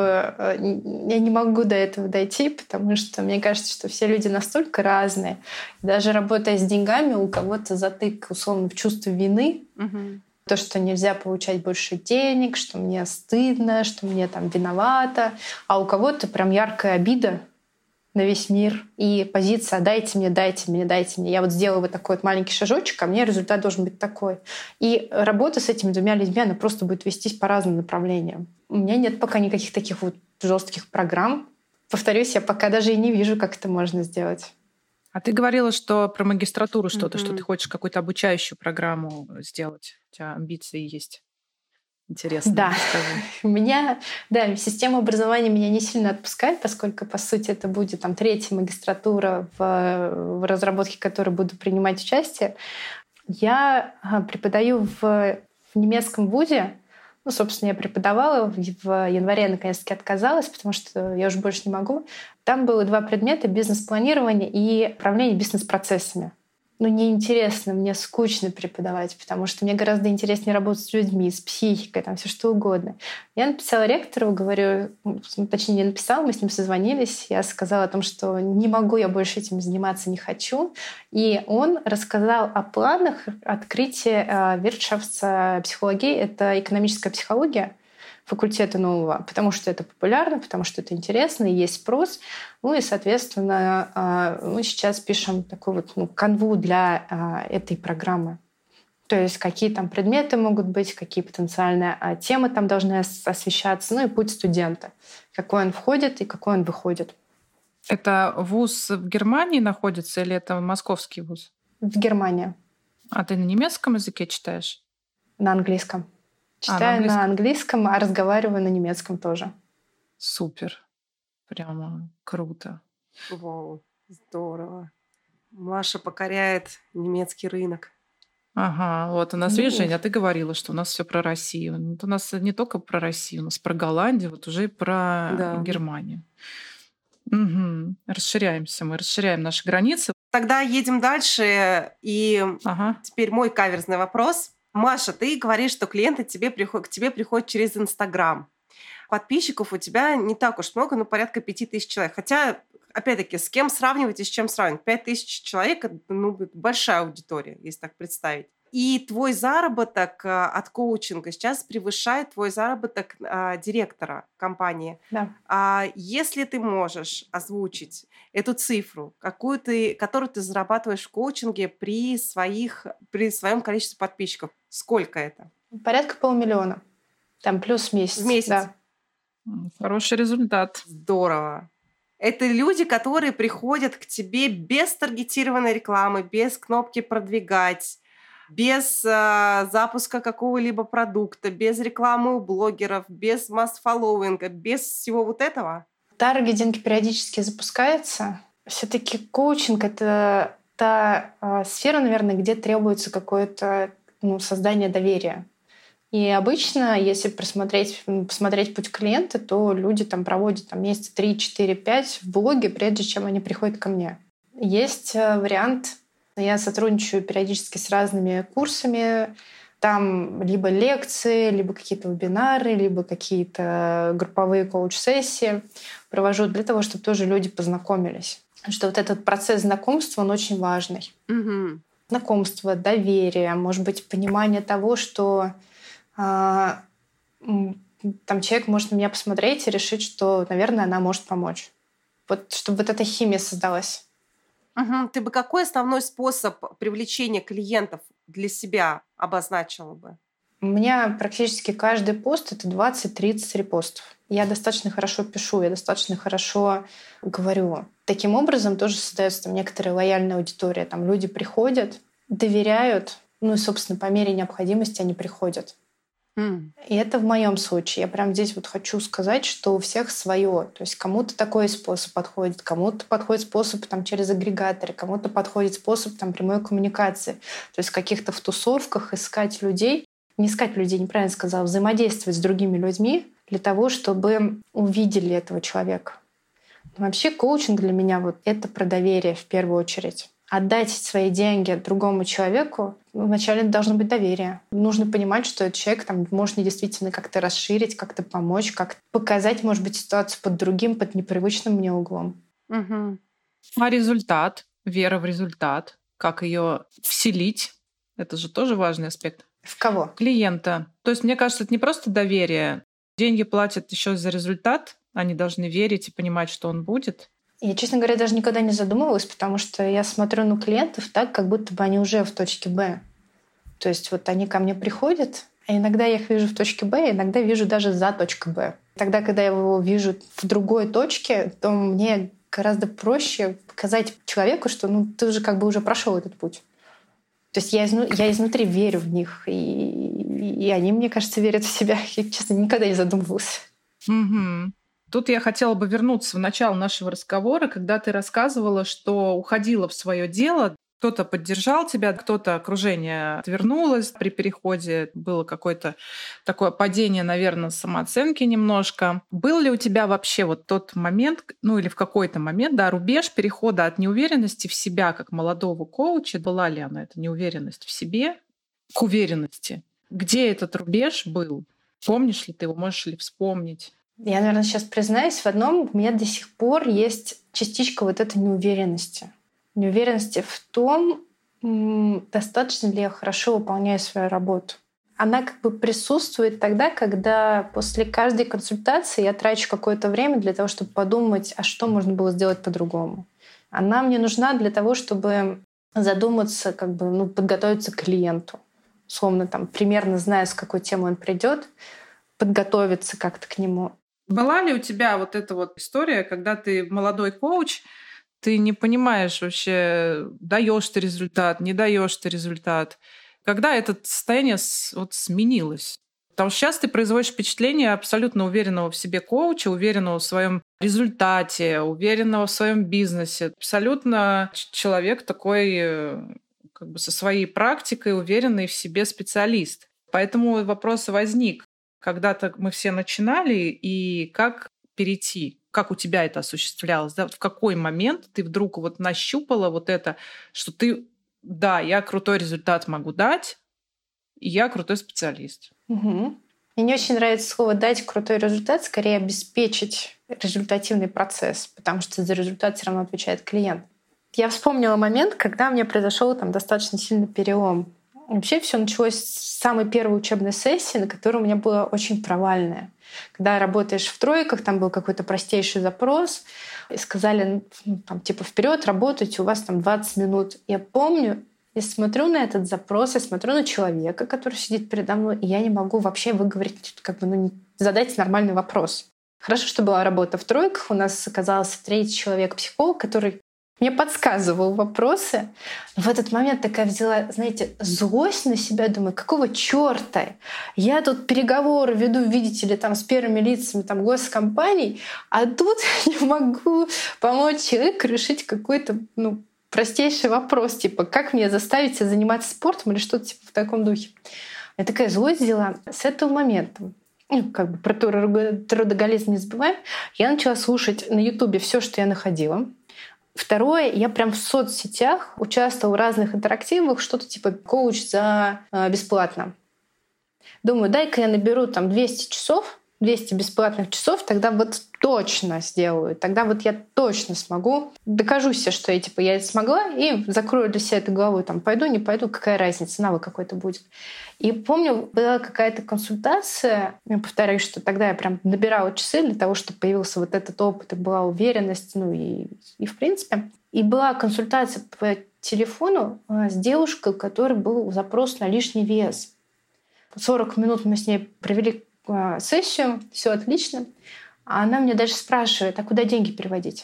не могу до этого дойти, потому что мне кажется, что все люди настолько разные. Даже работая с деньгами, у кого-то затык условно в чувство вины. То, что нельзя получать больше денег, что мне стыдно, что мне там виновата. А у кого-то прям яркая обида на весь мир и позиция «дайте мне, дайте мне, дайте мне». Я вот сделала вот такой вот маленький шажочек, а мне результат должен быть такой. И работа с этими двумя людьми, она просто будет вестись по разным направлениям. У меня нет пока никаких таких вот жестких программ. Повторюсь, я пока даже и не вижу, как это можно сделать. А ты говорила, что про магистратуру что-то, что ты хочешь какую-то обучающую программу сделать. У тебя амбиции есть. Интересно. Да. Система образования меня не сильно отпускает, поскольку, по сути, это будет там 3-я магистратура, в разработке которой буду принимать участие. Я преподаю в немецком вузе. Собственно, я преподавала. В январе я наконец-таки отказалась, потому что я уже больше не могу. Там было 2 предмета — бизнес-планирование и управление бизнес-процессами. Неинтересно, мне скучно преподавать, потому что мне гораздо интереснее работать с людьми, с психикой, там все что угодно. Я написала ректору, говорю, точнее, не написала, мы с ним созвонились, я сказала о том, что не могу я больше этим заниматься, не хочу. И он рассказал о планах открытия Wirtschaftspsychologie, это экономическая психология, факультета нового, потому что это популярно, потому что это интересно, и есть спрос. И, соответственно, мы сейчас пишем такую вот канву для этой программы. То есть какие там предметы могут быть, какие потенциальные темы там должны освещаться, и путь студента, какой он входит и какой он выходит. Это вуз в Германии находится или это московский вуз? В Германии. А ты на немецком языке читаешь? На английском. Читаю на английском, а разговариваю на немецком тоже. Супер. Прямо круто. Вау, здорово. Маша покоряет немецкий рынок. Ага, вот у нас, видишь, Женя, ты говорила, что у нас все про Россию. У нас не только про Россию, у нас про Голландию, вот уже и про Германию. Угу. Расширяемся, мы расширяем наши границы. Тогда едем дальше. И теперь мой каверзный вопрос. Маша, ты говоришь, что клиенты к тебе приходят через Инстаграм. Подписчиков у тебя не так уж много, порядка 5000 человек. Хотя, опять-таки, с кем сравнивать и с чем сравнивать? 5000 человек – большая аудитория, если так представить. И твой заработок от коучинга сейчас превышает твой заработок директора компании. Да. Если ты можешь озвучить эту цифру, которую ты зарабатываешь в коучинге при своем количестве подписчиков, сколько это? Порядка 500 000. Там плюс месяц. В месяц? Да. Хороший результат. Здорово. Это люди, которые приходят к тебе без таргетированной рекламы, без кнопки «Продвигать», без запуска какого-либо продукта, без рекламы у блогеров, без масс-фоллоуинга, без всего вот этого? Таргетинг периодически запускается. Все-таки коучинг — это та сфера, наверное, где требуется какое-то создание доверия. И обычно, если посмотреть путь клиента, то люди там проводят месяца 3, 4, 5 в блоге, прежде чем они приходят ко мне. Есть вариант. Я сотрудничаю периодически с разными курсами. Там либо лекции, либо какие-то вебинары, либо какие-то групповые коуч-сессии провожу для того, чтобы тоже люди познакомились. Что вот этот процесс знакомства, он очень важный. Угу. Знакомство, доверие, может быть, понимание того, что там человек может на меня посмотреть и решить, что, наверное, она может помочь. Вот чтобы вот эта химия создалась. Угу. Ты бы какой основной способ привлечения клиентов для себя обозначила бы? У меня практически каждый пост — это 20-30 репостов. Я достаточно хорошо пишу, я достаточно хорошо говорю. Таким образом тоже создается некоторая лояльная аудитория. Там люди приходят, доверяют, и, собственно, по мере необходимости они приходят. И это в моем случае. Я прям здесь хочу сказать, что у всех свое. То есть кому-то такой способ подходит, кому-то подходит способ через агрегаторы, кому-то подходит способ прямой коммуникации. То есть в каких-то тусовках искать людей, неправильно сказала, взаимодействовать с другими людьми для того, чтобы увидели этого человека. Но вообще коучинг для меня это про доверие в первую очередь. отдать свои деньги другому человеку, вначале должно быть доверие. Нужно понимать, что этот человек там, может мне действительно как-то расширить, как-то помочь, как показать, может быть, ситуацию под другим, под непривычным мне углом. Мгм. А результат, вера в результат, как ее вселить, это же тоже важный аспект. В кого? Клиента. То есть, мне кажется, это не просто доверие. Деньги платят еще за результат, они должны верить и понимать, что он будет. Я, честно говоря, даже никогда не задумывалась, потому что я смотрю на клиентов так, как будто бы они уже в точке Б. То есть вот они ко мне приходят, а иногда я их вижу в точке Б, а иногда вижу даже за точкой Б. Тогда, когда я его вижу в другой точке, то мне гораздо проще показать человеку, что ты уже как бы уже прошел этот путь. То есть я изнутри верю в них, и они, мне кажется, верят в себя. Я, честно, никогда не задумывалась. Мгм. Тут я хотела бы вернуться в начало нашего разговора, когда ты рассказывала, что уходила в свое дело. Кто-то поддержал тебя, кто-то окружение отвернулось. При переходе было какое-то такое падение, наверное, самооценки немножко. Был ли у тебя вообще вот тот момент, или в какой-то момент, да, рубеж перехода от неуверенности в себя как молодого коуча? Была ли она, эта неуверенность в себе, к уверенности? Где этот рубеж был? Помнишь ли ты его, можешь ли вспомнить? Я, наверное, сейчас признаюсь в одном. У меня до сих пор есть частичка вот этой неуверенности. Неуверенности в том, достаточно ли я хорошо выполняю свою работу. Она как бы присутствует тогда, когда после каждой консультации я трачу какое-то время для того, чтобы подумать, а что можно было сделать по-другому. Она мне нужна для того, чтобы задуматься, как бы, подготовиться к клиенту. Условно, там, примерно зная, с какой темой он придет, подготовиться как-то к нему. Была ли у тебя вот эта вот история, когда ты молодой коуч, ты не понимаешь вообще, даешь ты результат, не даешь ты результат? Когда это состояние сменилось? Потому что сейчас ты производишь впечатление абсолютно уверенного в себе коуча, уверенного в своем результате, уверенного в своем бизнесе. Абсолютно человек такой, как бы со своей практикой, уверенный в себе специалист. Поэтому вопрос возник. Когда-то мы все начинали, и как перейти? Как у тебя это осуществлялось? Да? В какой момент ты вдруг вот нащупала вот это, что да, я крутой результат могу дать, и я крутой специалист. Угу. Мне не очень нравится слово «дать крутой результат», скорее обеспечить результативный процесс, потому что за результат все равно отвечает клиент. Я вспомнила момент, когда мне произошел достаточно сильный перелом. Вообще все началось с самой первой учебной сессии, на которой у меня было очень провальное. Когда работаешь в тройках, там был какой-то простейший запрос, и сказали, вперед, работайте, у вас 20 минут. Я помню, я смотрю на этот запрос, я смотрю на человека, который сидит передо мной, и я не могу вообще выговорить, задать нормальный вопрос. Хорошо, что была работа в тройках, у нас оказался третий человек-психолог, который мне подсказывал вопросы. В этот момент такая взяла, злость на себя. Думаю, какого чёрта? Я тут переговоры веду, видите ли, с первыми лицами госкомпаний, а тут не могу помочь человеку решить какой-то простейший вопрос, как мне заставить себя заниматься спортом или что-то в таком духе. Я такая злость взяла. С этого момента, про трудоголизм не забываем, я начала слушать на Ютубе все, что я находила. Второе, я прям в соцсетях участвовала в разных интерактивах, что-то типа коуч за бесплатно. Думаю, дай-ка я наберу 200 часов, 200 бесплатных часов, тогда точно сделаю, тогда я точно смогу, докажу себе, что я это смогла, и закрою для себя это головой, пойду, не пойду, какая разница, навык какой-то будет. И помню, была какая-то консультация, я повторяю, что тогда я прям набирала часы для того, чтобы появился этот опыт, и была уверенность, и в принципе. И была консультация по телефону с девушкой, у которой был запрос на лишний вес. 40 минут мы с ней провели сессию, все отлично. А она мне дальше спрашивает, а куда деньги переводить?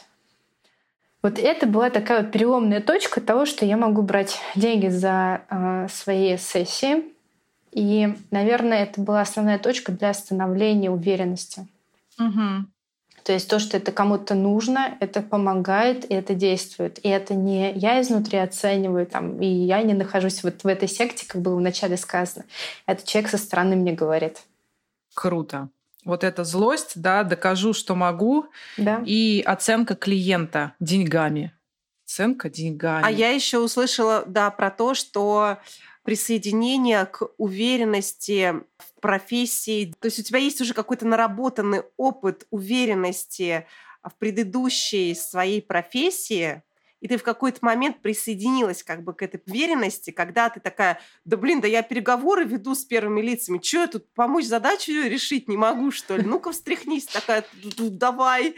Это была такая переломная точка того, что я могу брать деньги за свои сессии. И, наверное, это была основная точка для становления уверенности. Угу. То есть то, что это кому-то нужно, это помогает, и это действует. И это не я изнутри оцениваю, и я не нахожусь в этой секте, как было вначале сказано. Это человек со стороны мне говорит. Круто. Вот эта злость, да, докажу, что могу, да. И оценка клиента деньгами. Оценка А деньгами. я еще услышала, да, про то, что присоединение к уверенности в профессии, то есть у тебя есть уже какой-то наработанный опыт уверенности в предыдущей своей профессии, и ты в какой-то момент присоединилась как бы к этой уверенности, когда ты такая, да блин, да я переговоры веду с первыми лицами, что я тут помочь задачу решить не могу, что ли? Ну-ка встряхнись, такая, давай,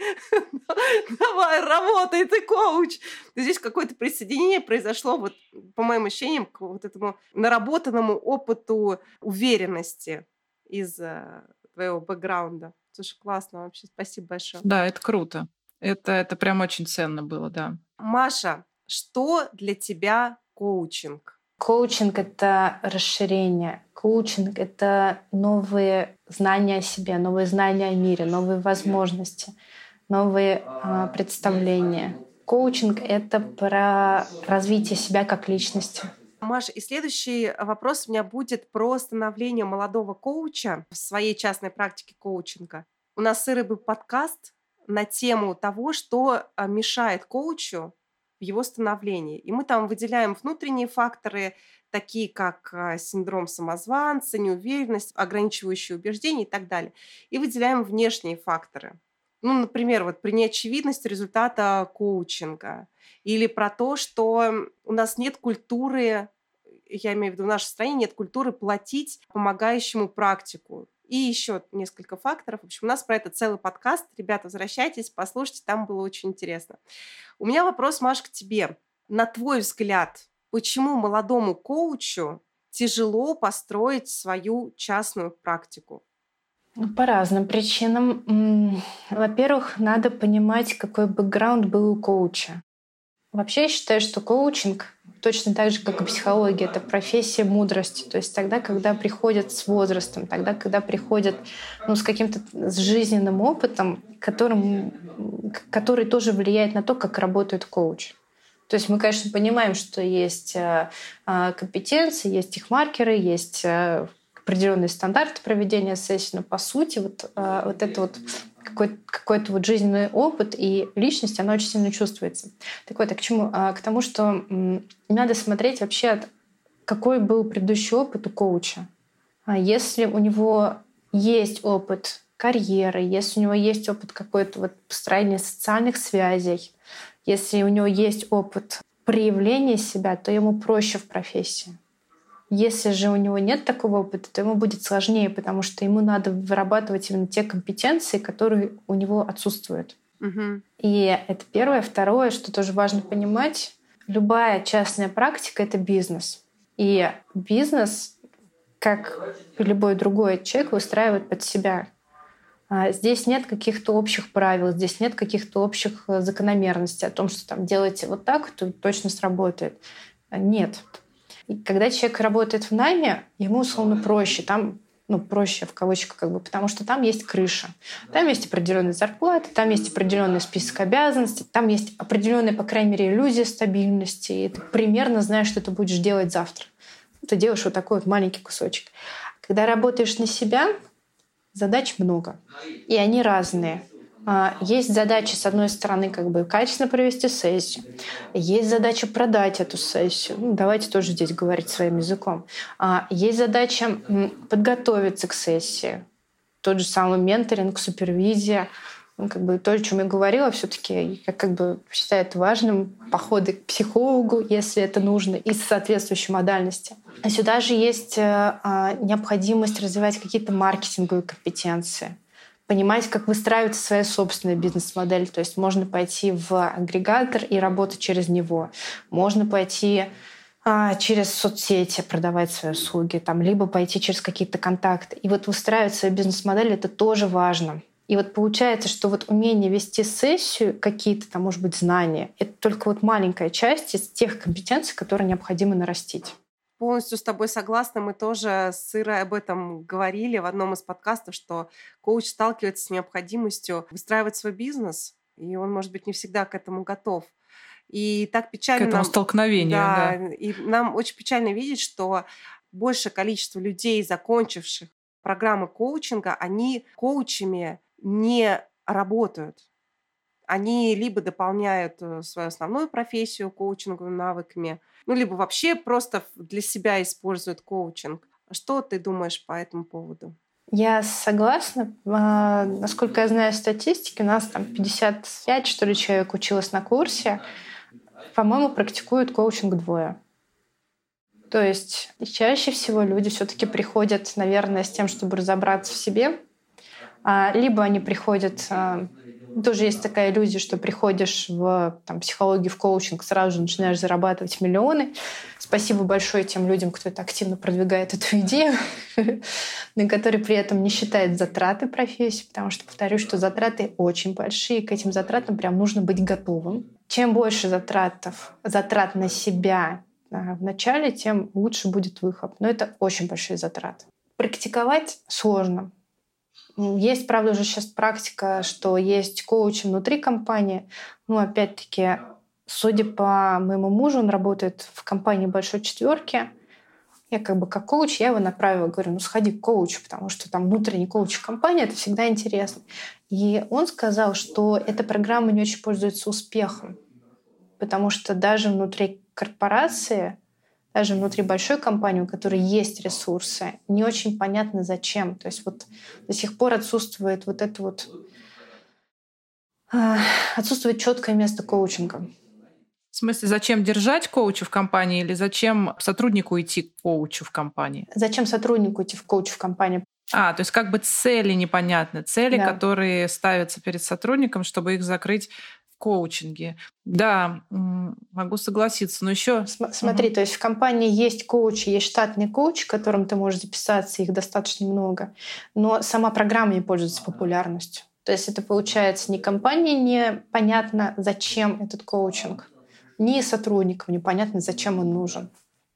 давай, работай, ты коуч. Здесь какое-то присоединение произошло, вот, по моим ощущениям, к вот этому наработанному опыту уверенности из твоего бэкграунда. Слушай, классно вообще, спасибо большое. Да, это круто. Это прям очень ценно было, да. Маша, что для тебя коучинг? Коучинг — это расширение. Коучинг — это новые знания о себе, новые знания о мире, новые возможности, новые представления. Коучинг — это про развитие себя как личности. Маша, и следующий вопрос у меня будет про становление молодого коуча в своей частной практике коучинга. У нас с Ирой был подкаст на тему того, что мешает коучу в его становлении. И мы там выделяем внутренние факторы, такие как синдром самозванца, неуверенность, ограничивающие убеждения и так далее. И выделяем внешние факторы. Ну, например, вот при неочевидности результата коучинга. Или про то, что у нас нет культуры, я имею в виду в нашей стране, нет культуры платить помогающему практику. И еще несколько факторов. В общем, у нас про это целый подкаст. Ребята, возвращайтесь, послушайте, там было очень интересно. У меня вопрос, Маш, к тебе. На твой взгляд, почему молодому коучу тяжело построить свою частную практику? По разным причинам. Во-первых, надо понимать, какой бэкграунд был у коуча. Вообще я считаю, что коучинг, точно так же, как и психология, это профессия мудрости. То есть тогда, когда приходят с возрастом, тогда, когда приходят с каким-то с жизненным опытом, который тоже влияет на то, как работает коуч. То есть мы, конечно, понимаем, что есть компетенции, есть их маркеры, есть определенные стандарты проведения сессии, но по сути вот это вот какой-то вот жизненный опыт и личность, она очень сильно чувствуется. Так вот, к чему? К тому, что надо смотреть вообще, какой был предыдущий опыт у коуча. Если у него есть опыт карьеры, если у него есть опыт какой-то вот построения социальных связей, если у него есть опыт проявления себя, то ему проще в профессии. Если же у него нет такого опыта, то ему будет сложнее, потому что ему надо вырабатывать именно те компетенции, которые у него отсутствуют. Угу. И это первое. Второе, что тоже важно понимать, любая частная практика — это бизнес. И бизнес, как и любой другой, человек выстраивает под себя. Здесь нет каких-то общих правил, здесь нет каких-то общих закономерностей о том, что там делайте вот так, то точно сработает. Нет. И когда человек работает в найме, ему условно проще. Там, проще в кавычках, потому что там есть крыша. Там есть определенная зарплата, там есть определенный список обязанностей, там есть определенная, по крайней мере, иллюзия стабильности. И ты примерно знаешь, что ты будешь делать завтра. Ты делаешь вот такой вот маленький кусочек. Когда работаешь на себя, задач много. И они разные. Есть задача, с одной стороны, качественно провести сессию. Есть задача продать эту сессию. Давайте тоже здесь говорить своим языком. Есть задача подготовиться к сессии. Тот же самый менторинг, супервизия. То, о чем я говорила, все-таки я считаю это важным. Походы к психологу, если это нужно, и с соответствующей модальности. А сюда же есть необходимость развивать какие-то маркетинговые компетенции. Понимать, как выстраивать свою собственную бизнес-модель. То есть можно пойти в агрегатор и работать через него. Можно пойти через соцсети продавать свои услуги, либо пойти через какие-то контакты. И вот выстраивать свою бизнес-модель — это тоже важно. И вот получается, что умение вести сессию, какие-то может быть знания, это только маленькая часть из тех компетенций, которые необходимо нарастить. Полностью с тобой согласна. Мы тоже с Ирой об этом говорили в одном из подкастов, что коуч сталкивается с необходимостью выстраивать свой бизнес, и он, может быть, не всегда к этому готов. И так печально... К этому столкновению, да. И нам очень печально видеть, что большее количество людей, закончивших программы коучинга, они коучами не работают. они либо дополняют свою основную профессию коучинговыми навыками, ну, либо вообще просто для себя используют коучинг. Что ты думаешь по этому поводу? Я согласна. Насколько я знаю статистики, у нас там 55, что ли, человек училось на курсе. По-моему, практикуют коучинг двое. То есть чаще всего люди все-таки приходят, наверное, с тем, чтобы разобраться в себе. Либо они приходят... Тоже есть такая иллюзия, что приходишь в психологию, в коучинг, сразу же начинаешь зарабатывать миллионы. Спасибо большое тем людям, кто это активно продвигает эту идею, но который при этом не считает затраты профессии, потому что, повторюсь, что затраты очень большие, к этим затратам прям нужно быть готовым. Чем больше затрат на себя в начале, тем лучше будет выход. Но это очень большие затраты. Практиковать сложно. Есть, правда, уже сейчас практика, что есть коучи внутри компании. Ну, опять-таки, судя по моему мужу, он работает в компании «Большой четверки». Я как коуч, я его направила, говорю, сходи к коучу, потому что там внутренний коуч в компании — это всегда интересно. И он сказал, что эта программа не очень пользуется успехом, потому что даже внутри корпорации, даже внутри большой компании, у которой есть ресурсы, не очень понятно зачем. То есть вот до сих пор отсутствует отсутствует четкое место коучинга. В смысле, зачем держать коуча в компании или зачем сотруднику идти к коучу в компании? Зачем сотруднику идти в коучу в компании? То есть цели непонятны. Цели, Да. которые ставятся перед сотрудником, чтобы их закрыть в коучинге. Да, могу согласиться. Но еще... Смотри, то есть в компании есть коучи, есть штатные коучи, к которым ты можешь записаться, их достаточно много. Но сама программа не пользуется популярностью. То есть это получается, ни компании непонятно, зачем этот коучинг, ни сотрудникам непонятно, зачем он нужен.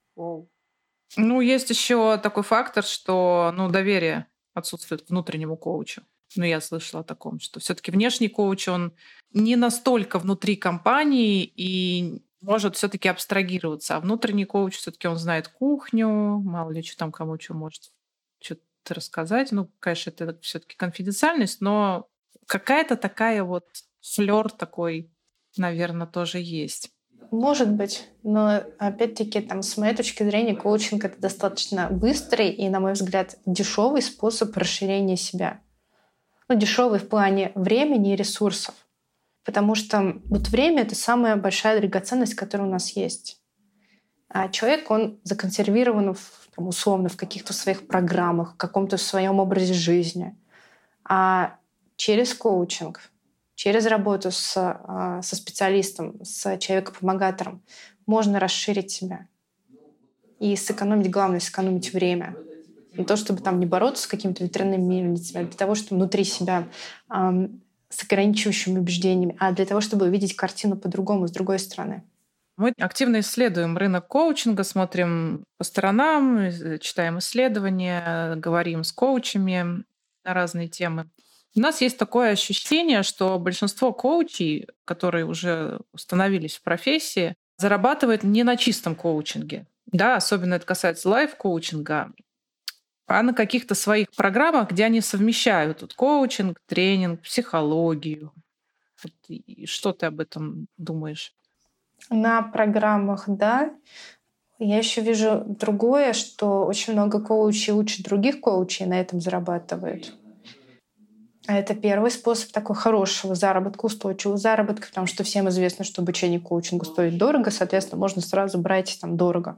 Есть еще такой фактор, что доверие отсутствует внутреннему коучу. Я слышала о таком, что все-таки внешний коуч, он не настолько внутри компании и может все-таки абстрагироваться. А внутренний коуч все-таки он знает кухню, мало ли что там кому что может что-то рассказать. Конечно, это все-таки конфиденциальность, но какая-то такая флёр такой, наверное, тоже есть. Может быть, но опять-таки с моей точки зрения коучинг — это достаточно быстрый и, на мой взгляд, дешевый способ расширения себя. Дешевый в плане времени и ресурсов. Потому что время — это самая большая драгоценность, которая у нас есть. А человек, он законсервирован условно в каких-то своих программах, в каком-то своем образе жизни. А через коучинг, через работу со специалистом, с человеком-помогатором можно расширить себя и сэкономить, главное, сэкономить время. Не то, чтобы не бороться с какими-то ветряными мельницами, а для того, чтобы внутри себя с ограничивающими убеждениями, а для того, чтобы увидеть картину по-другому, с другой стороны. Мы активно исследуем рынок коучинга, смотрим по сторонам, читаем исследования, говорим с коучами на разные темы. У нас есть такое ощущение, что большинство коучей, которые уже установились в профессии, зарабатывают не на чистом коучинге. Да, особенно это касается лайф-коучинга, а на каких-то своих программах, где они совмещают коучинг, тренинг, психологию. И что ты об этом думаешь? На программах, да. Я еще вижу другое, что очень много коучей учат других коучей и на этом зарабатывают. А это первый способ такой хорошего заработка, устойчивого заработка, потому что всем известно, что обучение коучингу стоит дорого, соответственно, можно сразу брать дорого.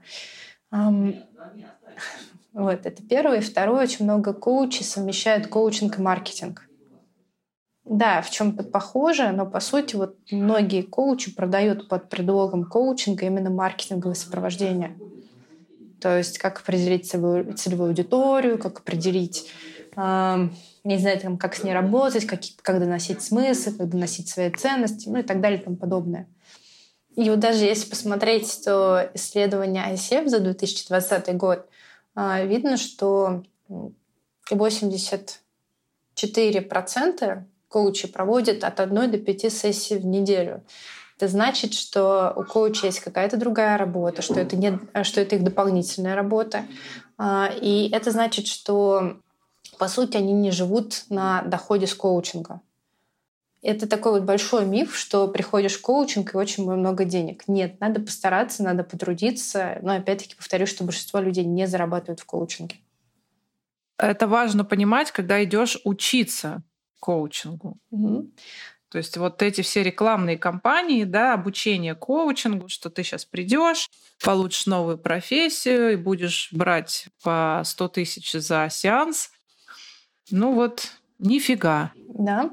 Это первое. И второе, очень много коучей совмещают коучинг и маркетинг. Да, в чем-то похоже, но по сути многие коучи продают под предлогом коучинга именно маркетинговое сопровождение. То есть как определить целевую аудиторию, как определить, не знаю, как с ней работать, как доносить смысл, как доносить свои ценности, и так далее и тому подобное. И даже если посмотреть то исследование ICF за 2020 год, видно, что 84% коучи проводят от 1 до 5 сессий в неделю. Это значит, что у коуча есть какая-то другая работа, что это их дополнительная работа. И это значит, что, по сути, они не живут на доходе с коучинга. это такой вот большой миф, что приходишь в коучинг и очень много денег. Нет, надо постараться, надо потрудиться. Но опять-таки повторюсь, что большинство людей не зарабатывают в коучинге. Это важно понимать, когда идешь учиться коучингу. То есть вот эти все рекламные кампании, да, обучение коучингу, что ты сейчас придешь, получишь новую профессию и будешь брать по 100 тысяч за сеанс. Ну вот, нифига. Да.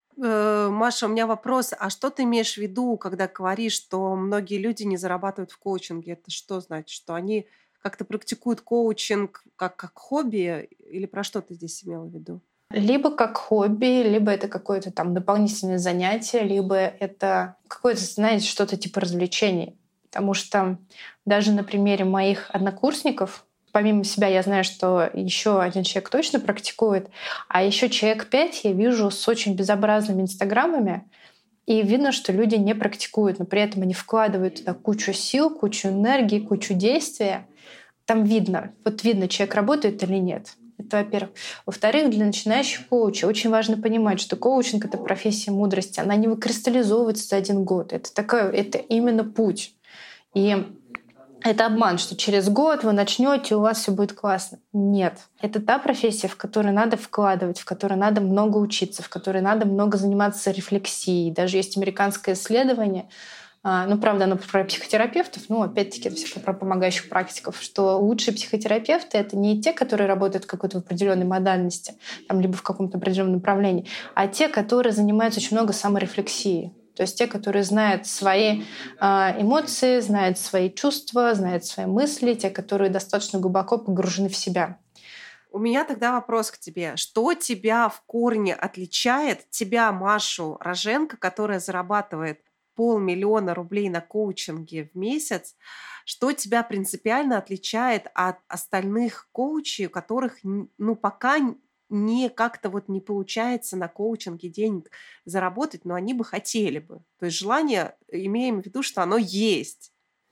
Маша, у меня вопрос. А что ты имеешь в виду, когда говоришь, что многие люди не зарабатывают в коучинге? Это что значит? Что они как-то практикуют коучинг как хобби? Или про что ты здесь имела в виду? Либо как хобби, либо это какое-то там дополнительное занятие, либо это какое-то, знаете, что-то типа развлечений. Потому что даже на примере моих однокурсников, помимо себя я знаю, что еще один человек точно практикует, а еще человек 5 я вижу с очень безобразными инстаграмами, и видно, что люди не практикуют, но при этом они вкладывают туда кучу сил, кучу энергии, кучу действия. Там видно, вот видно, человек работает или нет. Это во-первых. Во-вторых, для начинающих коучей очень важно понимать, что коучинг — это профессия мудрости. Она не выкристаллизовывается за 1 год. Это именно путь. И это обман, что через год вы начнете, у вас все будет классно. Нет. Это та профессия, в которую надо вкладывать, в которой надо много учиться, в которой надо много заниматься рефлексией. Даже есть американское исследование, правда, оно про психотерапевтов, опять-таки, это все про помогающих практиков, что лучшие психотерапевты — это не те, которые работают в какой-то определенной модальности, либо в каком-то определенном направлении, а те, которые занимаются очень много саморефлексией. То есть те, которые знают свои эмоции, знают свои чувства, знают свои мысли, те, которые достаточно глубоко погружены в себя. У меня тогда вопрос к тебе. Что тебя в корне отличает, тебя, Машу Роженко, которая зарабатывает 500 000 рублей на коучинге в месяц, что тебя принципиально отличает от остальных коучей, у которых пока не как-то не получается на коучинге денег заработать, но они бы хотели бы. То есть желание, имеем в виду, что оно есть.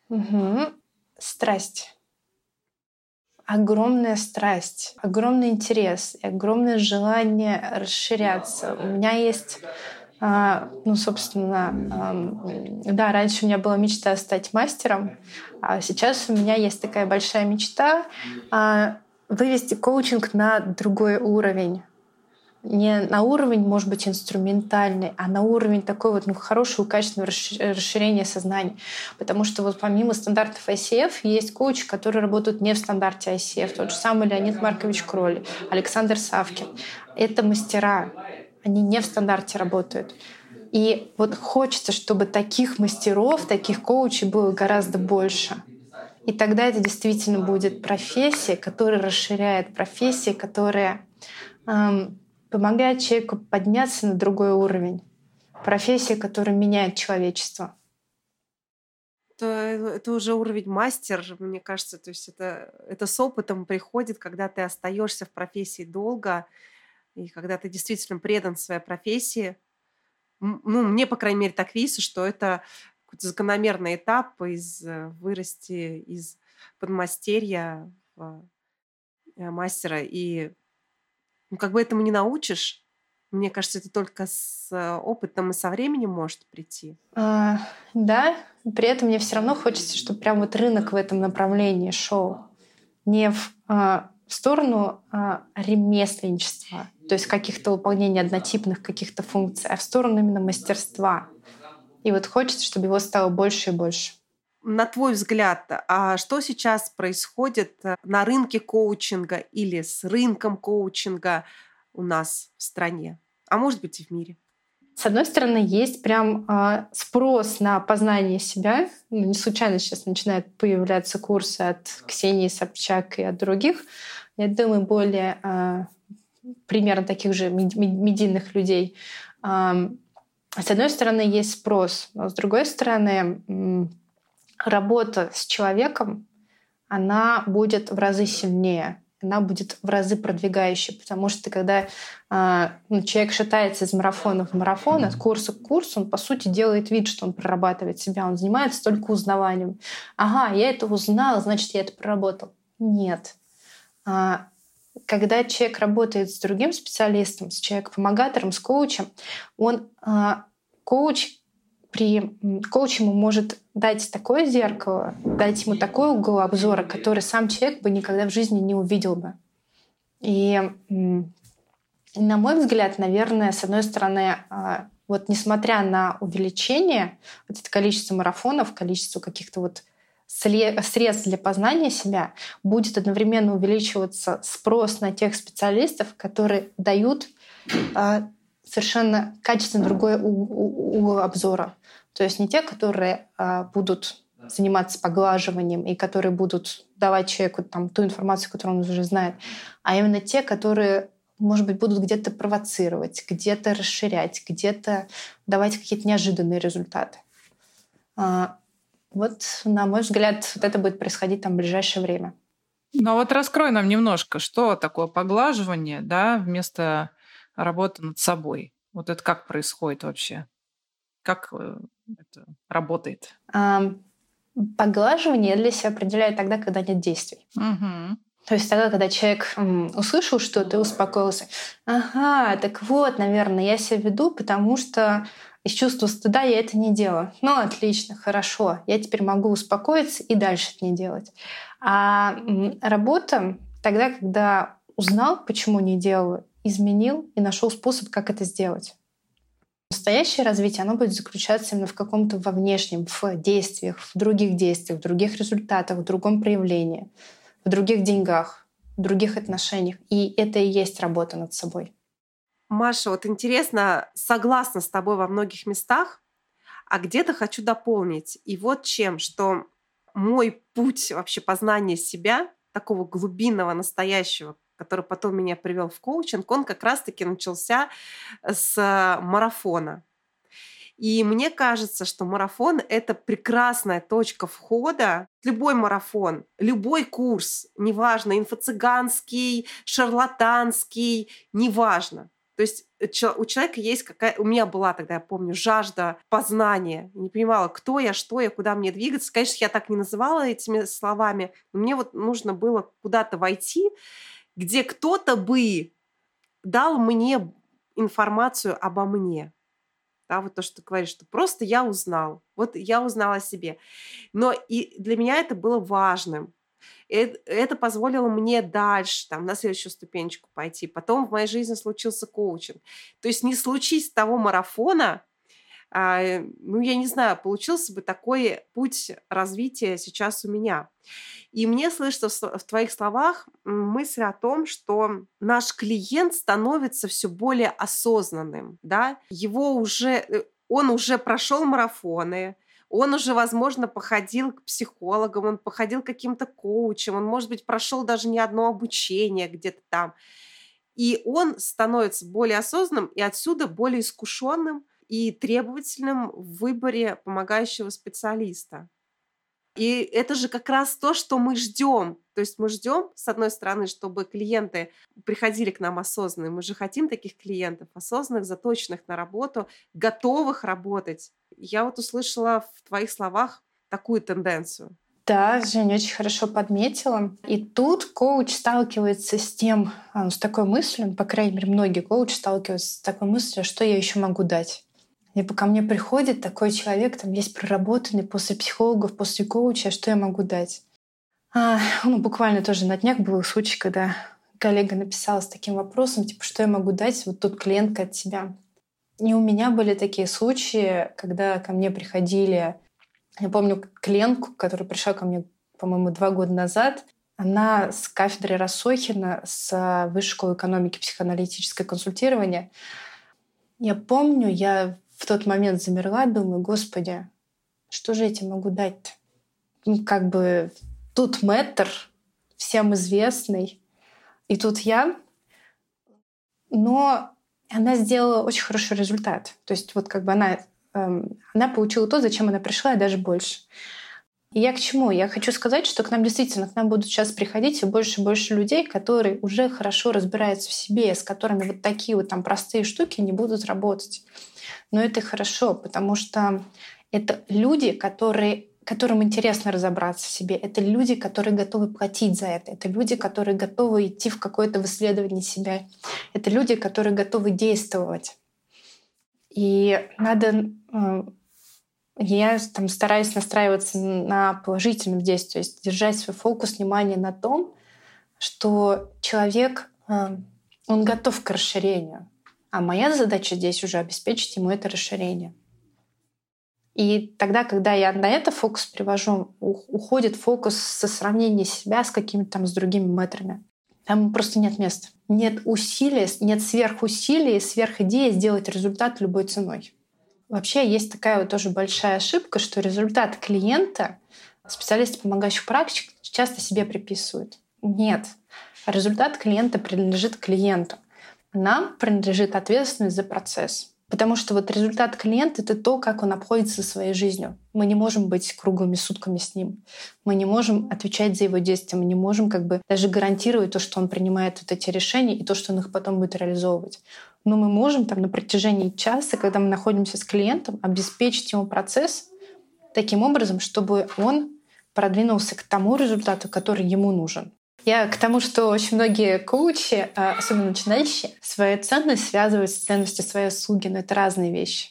Страсть. Огромная страсть, огромный интерес, огромное желание расширяться. У меня есть... раньше у меня была мечта стать мастером, а сейчас у меня есть такая большая мечта вывести коучинг на другой уровень. Не на уровень, может быть, инструментальный, а на уровень такой хорошего, качественного расширения сознания. Потому что помимо стандартов ICF есть коучи, которые работают не в стандарте ICF. Тот же самый Леонид Маркович Кроль, Александр Савкин. Это мастера. Они не в стандарте работают. И хочется, чтобы таких мастеров, таких коучей было гораздо больше. И тогда это действительно будет профессия, которая расширяет, профессия, которая помогает человеку подняться на другой уровень. Профессия, которая меняет человечество. Это уже уровень мастер, мне кажется. То есть это с опытом приходит, когда ты остаешься в профессии долго, и когда ты действительно предан своей профессии. Мне, по крайней мере, так видится, что это какой-то закономерный этап вырасти из подмастерья в мастера. И этому не научишь. Мне кажется, это только с опытом и со временем может прийти. Да, при этом мне все равно хочется, чтобы прям рынок в этом направлении шел. Не в сторону ремесленничества, то есть каких-то выполнения однотипных каких-то функций, а в сторону именно мастерства. И хочется, чтобы его стало больше и больше. На твой взгляд, а что сейчас происходит на рынке коучинга или с рынком коучинга у нас в стране, а может быть и в мире? С одной стороны, есть прям спрос на познание себя. Не случайно сейчас начинают появляться курсы от Ксении Собчак и от других. Я думаю, более примерно таких же медийных людей. С одной стороны, есть спрос, но с другой стороны, работа с человеком, она будет в разы сильнее, она будет в разы продвигающей, потому что когда человек шатается из марафона в марафон, от курса к курсу, он, по сути, делает вид, что он прорабатывает себя, он занимается только узнаванием. Ага, я это узнала, значит, я это проработал. Нет. когда человек работает с другим специалистом, с человеком-помогатором, с коучем, коуч ему может дать такое зеркало, дать ему такой угол обзора, который сам человек бы никогда в жизни не увидел бы. И, на мой взгляд, наверное, с одной стороны, вот несмотря на увеличение вот это количество марафонов, количество каких-то вот средств для познания себя, будет одновременно увеличиваться спрос на тех специалистов, которые дают совершенно качественно другой угол обзора. То есть не те, которые будут заниматься поглаживанием и которые будут давать человеку там, ту информацию, которую он уже знает, а именно те, которые, может быть, будут где-то провоцировать, где-то расширять, где-то давать какие-то неожиданные результаты. Вот, на мой взгляд, вот это будет происходить там в ближайшее время. Ну вот раскрой нам немножко, что такое поглаживание, да, вместо работы над собой. Вот это как происходит вообще? Как это работает? Поглаживание я для себя определяю тогда, когда нет действий. Угу. То есть тогда, когда человек услышал что-то и успокоился. Ага, так вот, наверное, я себя веду, потому что из чувства стыда я это не делаю. Ну, отлично, хорошо. Я теперь могу успокоиться и дальше это не делать. А работа тогда, когда узнал, почему не делаю, изменил и нашел способ, как это сделать. Настоящее развитие, оно будет заключаться именно в каком-то во внешнем, в действиях, в других результатах, в другом проявлении, в других деньгах, в других отношениях. И это и есть работа над собой. Маша, вот интересно, согласна с тобой во многих местах, а где-то хочу дополнить. И вот чем, что мой путь вообще познания себя, такого глубинного, настоящего, который потом меня привел в коучинг, он как раз-таки начался с марафона. И мне кажется, что марафон — это прекрасная точка входа. Любой марафон, любой курс, неважно, инфо-цыганский, шарлатанский, неважно. То есть у человека есть у меня была тогда, я помню, жажда познания. Я не понимала, кто я, что я, куда мне двигаться. Конечно, я так не называла этими словами. Но мне вот нужно было куда-то войти, где кто-то бы дал мне информацию обо мне. Да, вот то, что ты говоришь, что просто я узнал. Вот я узнала о себе. Но и для меня это было важным. Это позволило мне дальше, там, на следующую ступенечку пойти. Потом в моей жизни случился коучинг. То есть не случись того марафона, ну, я не знаю, получился бы такой путь развития сейчас у меня. И мне слышится в твоих словах мысль о том, что наш клиент становится все более осознанным, да? Он уже прошел марафоны, он уже, возможно, походил к психологам, он походил к каким-то коучам, он, может быть, прошел даже не одно обучение где-то там. И он становится более осознанным и отсюда более искушенным и требовательным в выборе помогающего специалиста. И это же как раз то, что мы ждем. То есть мы ждем, с одной стороны, чтобы клиенты приходили к нам осознанные. Мы же хотим таких клиентов, осознанных, заточенных на работу, готовых работать. Я вот услышала в твоих словах такую тенденцию. Да, Женя очень хорошо подметила. И тут коуч сталкивается с такой мыслью, по крайней мере, многие коучи сталкиваются с такой мыслью, что я еще могу дать. Либо ко мне приходит такой человек, там есть проработанный после психологов, после коуча, что я могу дать? Буквально тоже на днях был случай, когда коллега написала с таким вопросом, типа, что я могу дать вот тут клиентка от себя. И у меня были такие случаи, когда ко мне приходили. Я помню клиентку, которая пришла ко мне, по-моему, 2 года назад. Она с кафедры Рассохина, с Высшей школы экономики, психоаналитическое консультирование. Я помню, я в тот момент замерла, думаю, господи, что же я тебе могу дать-то? Тут мэтр, всем известный, и тут я. Но она сделала очень хороший результат. То есть она получила то, зачем она пришла, и даже больше. И я к чему? Я хочу сказать, что к нам будут сейчас приходить все больше и больше людей, которые уже хорошо разбираются в себе, с которыми вот такие вот там простые штуки не будут работать. Но это хорошо, потому что это люди, которые которым интересно разобраться в себе. Это люди, которые готовы платить за это. Это люди, которые готовы идти в какое-то исследование себя. Это люди, которые готовы действовать. И надо... Я стараюсь настраиваться на положительном действии, то есть держать свой фокус внимания на том, что человек, он готов к расширению. А моя задача здесь уже обеспечить ему это расширение. И тогда, когда я на это фокус привожу, уходит фокус со сравнения себя с какими-то там с другими мэтрами. Там просто нет места. Нет усилия, нет сверхусилия, сверхидеи сделать результат любой ценой. Вообще есть такая вот тоже большая ошибка, что результат клиента специалисты помогающих практик часто себе приписывают. Нет. Результат клиента принадлежит клиенту. Нам принадлежит ответственность за процесс. Потому что вот результат клиента — это то, как он обходится своей жизнью. Мы не можем быть круглыми сутками с ним. Мы не можем отвечать за его действия. Мы не можем даже гарантировать то, что он принимает вот эти решения и то, что он их потом будет реализовывать. Но мы можем на протяжении часа, когда мы находимся с клиентом, обеспечить ему процесс таким образом, чтобы он продвинулся к тому результату, который ему нужен. Я к тому, что очень многие коучи, особенно начинающие, свою ценность связывают с ценностью своей услуги, но это разные вещи.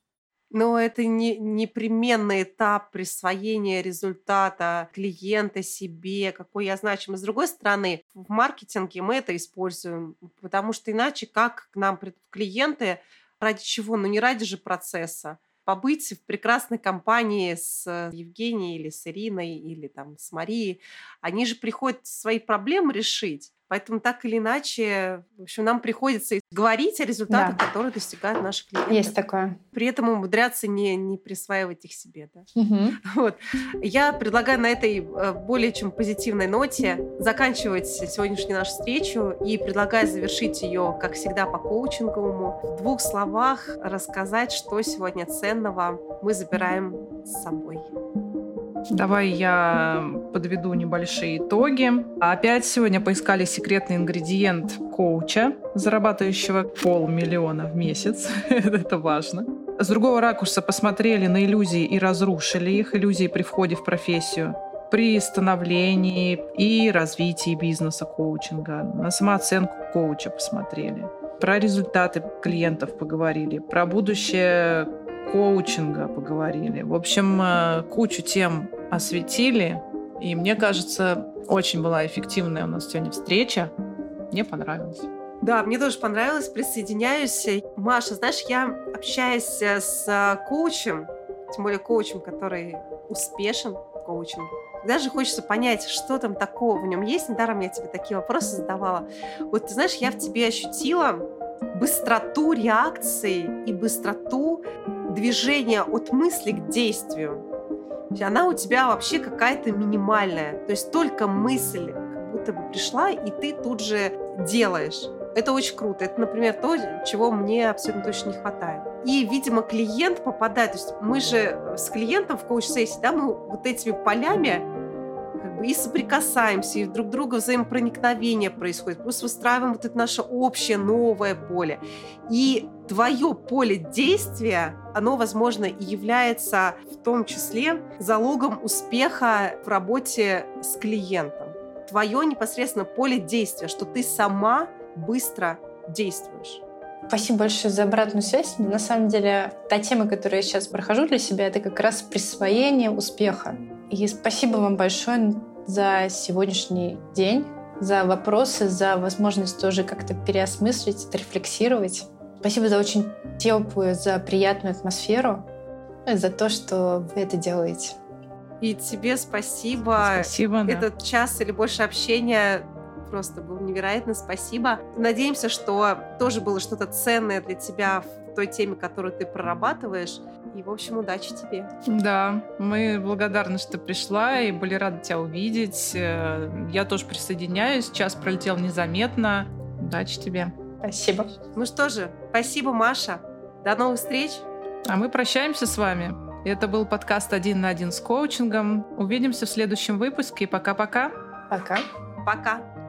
Но это не непременный этап присвоения результата клиента себе, какой я значимый. С другой стороны, в маркетинге мы это используем, потому что иначе как к нам придут клиенты, ради чего? Ну не ради же процесса. Побыть в прекрасной компании с Евгенией или с Ириной или там с Марией, они же приходят свои проблемы решить. Поэтому так или иначе, в общем, нам приходится говорить о результатах, которые достигают наших клиентов. Есть такое. При этом умудряться не присваивать их себе. Да? Угу. Вот. Я предлагаю на этой более чем позитивной ноте заканчивать сегодняшнюю нашу встречу и предлагаю завершить ее, как всегда, по коучинговому. В 2 словах рассказать, что сегодня ценного мы забираем с собой. Давай я подведу небольшие итоги. Опять сегодня поискали секретный ингредиент коуча, зарабатывающего 500 000 в месяц. Это важно. С другого ракурса посмотрели на иллюзии и разрушили их. Иллюзии при входе в профессию, при становлении и развитии бизнеса коучинга. На самооценку коуча посмотрели. Про результаты клиентов поговорили. Про будущее коучинга поговорили. В общем, кучу тем осветили. И мне кажется, очень была эффективная у нас сегодня встреча. Мне понравилось. Да, мне тоже понравилось. Присоединяюсь. Маша, знаешь, я общаюсь с коучем, тем более коучем, который успешен в коучинге. Даже хочется понять, что там такого в нем есть. Недаром я тебе такие вопросы задавала. Вот ты знаешь, я в тебе ощутила быстроту реакции и быстроту движения от мысли к действию. Она у тебя вообще какая-то минимальная. То есть только мысль как будто бы пришла, и ты тут же делаешь. Это очень круто. Это, например, то, чего мне абсолютно точно не хватает. И, видимо, клиент попадает. То есть мы же с клиентом в коуч-сессии, да, мы вот этими полями и соприкасаемся, и друг друга взаимопроникновение происходит. Плюс выстраиваем вот это наше общее новое поле. И твое поле действия, оно, возможно, и является в том числе залогом успеха в работе с клиентом. Твое непосредственно поле действия, что ты сама быстро действуешь. Спасибо большое за обратную связь. На самом деле, та тема, которую я сейчас прохожу для себя, это как раз присвоение успеха. И спасибо вам большое за сегодняшний день, за вопросы, за возможность тоже как-то переосмыслить, отрефлексировать. Спасибо за очень теплую, за приятную атмосферу, за то, что вы это делаете. И тебе спасибо. Спасибо, да. Этот час или больше общения просто был невероятно. Спасибо. Надеемся, что тоже было что-то ценное для тебя в той теме, которую ты прорабатываешь. И, в общем, удачи тебе. Да, мы благодарны, что ты пришла, и были рады тебя увидеть. Я тоже присоединяюсь. Час пролетел незаметно. Удачи тебе. Спасибо. Ну что же, спасибо, Маша. До новых встреч. А мы прощаемся с вами. Это был подкаст «1 на 1» с коучингом. Увидимся в следующем выпуске. Пока-пока. Пока. Пока.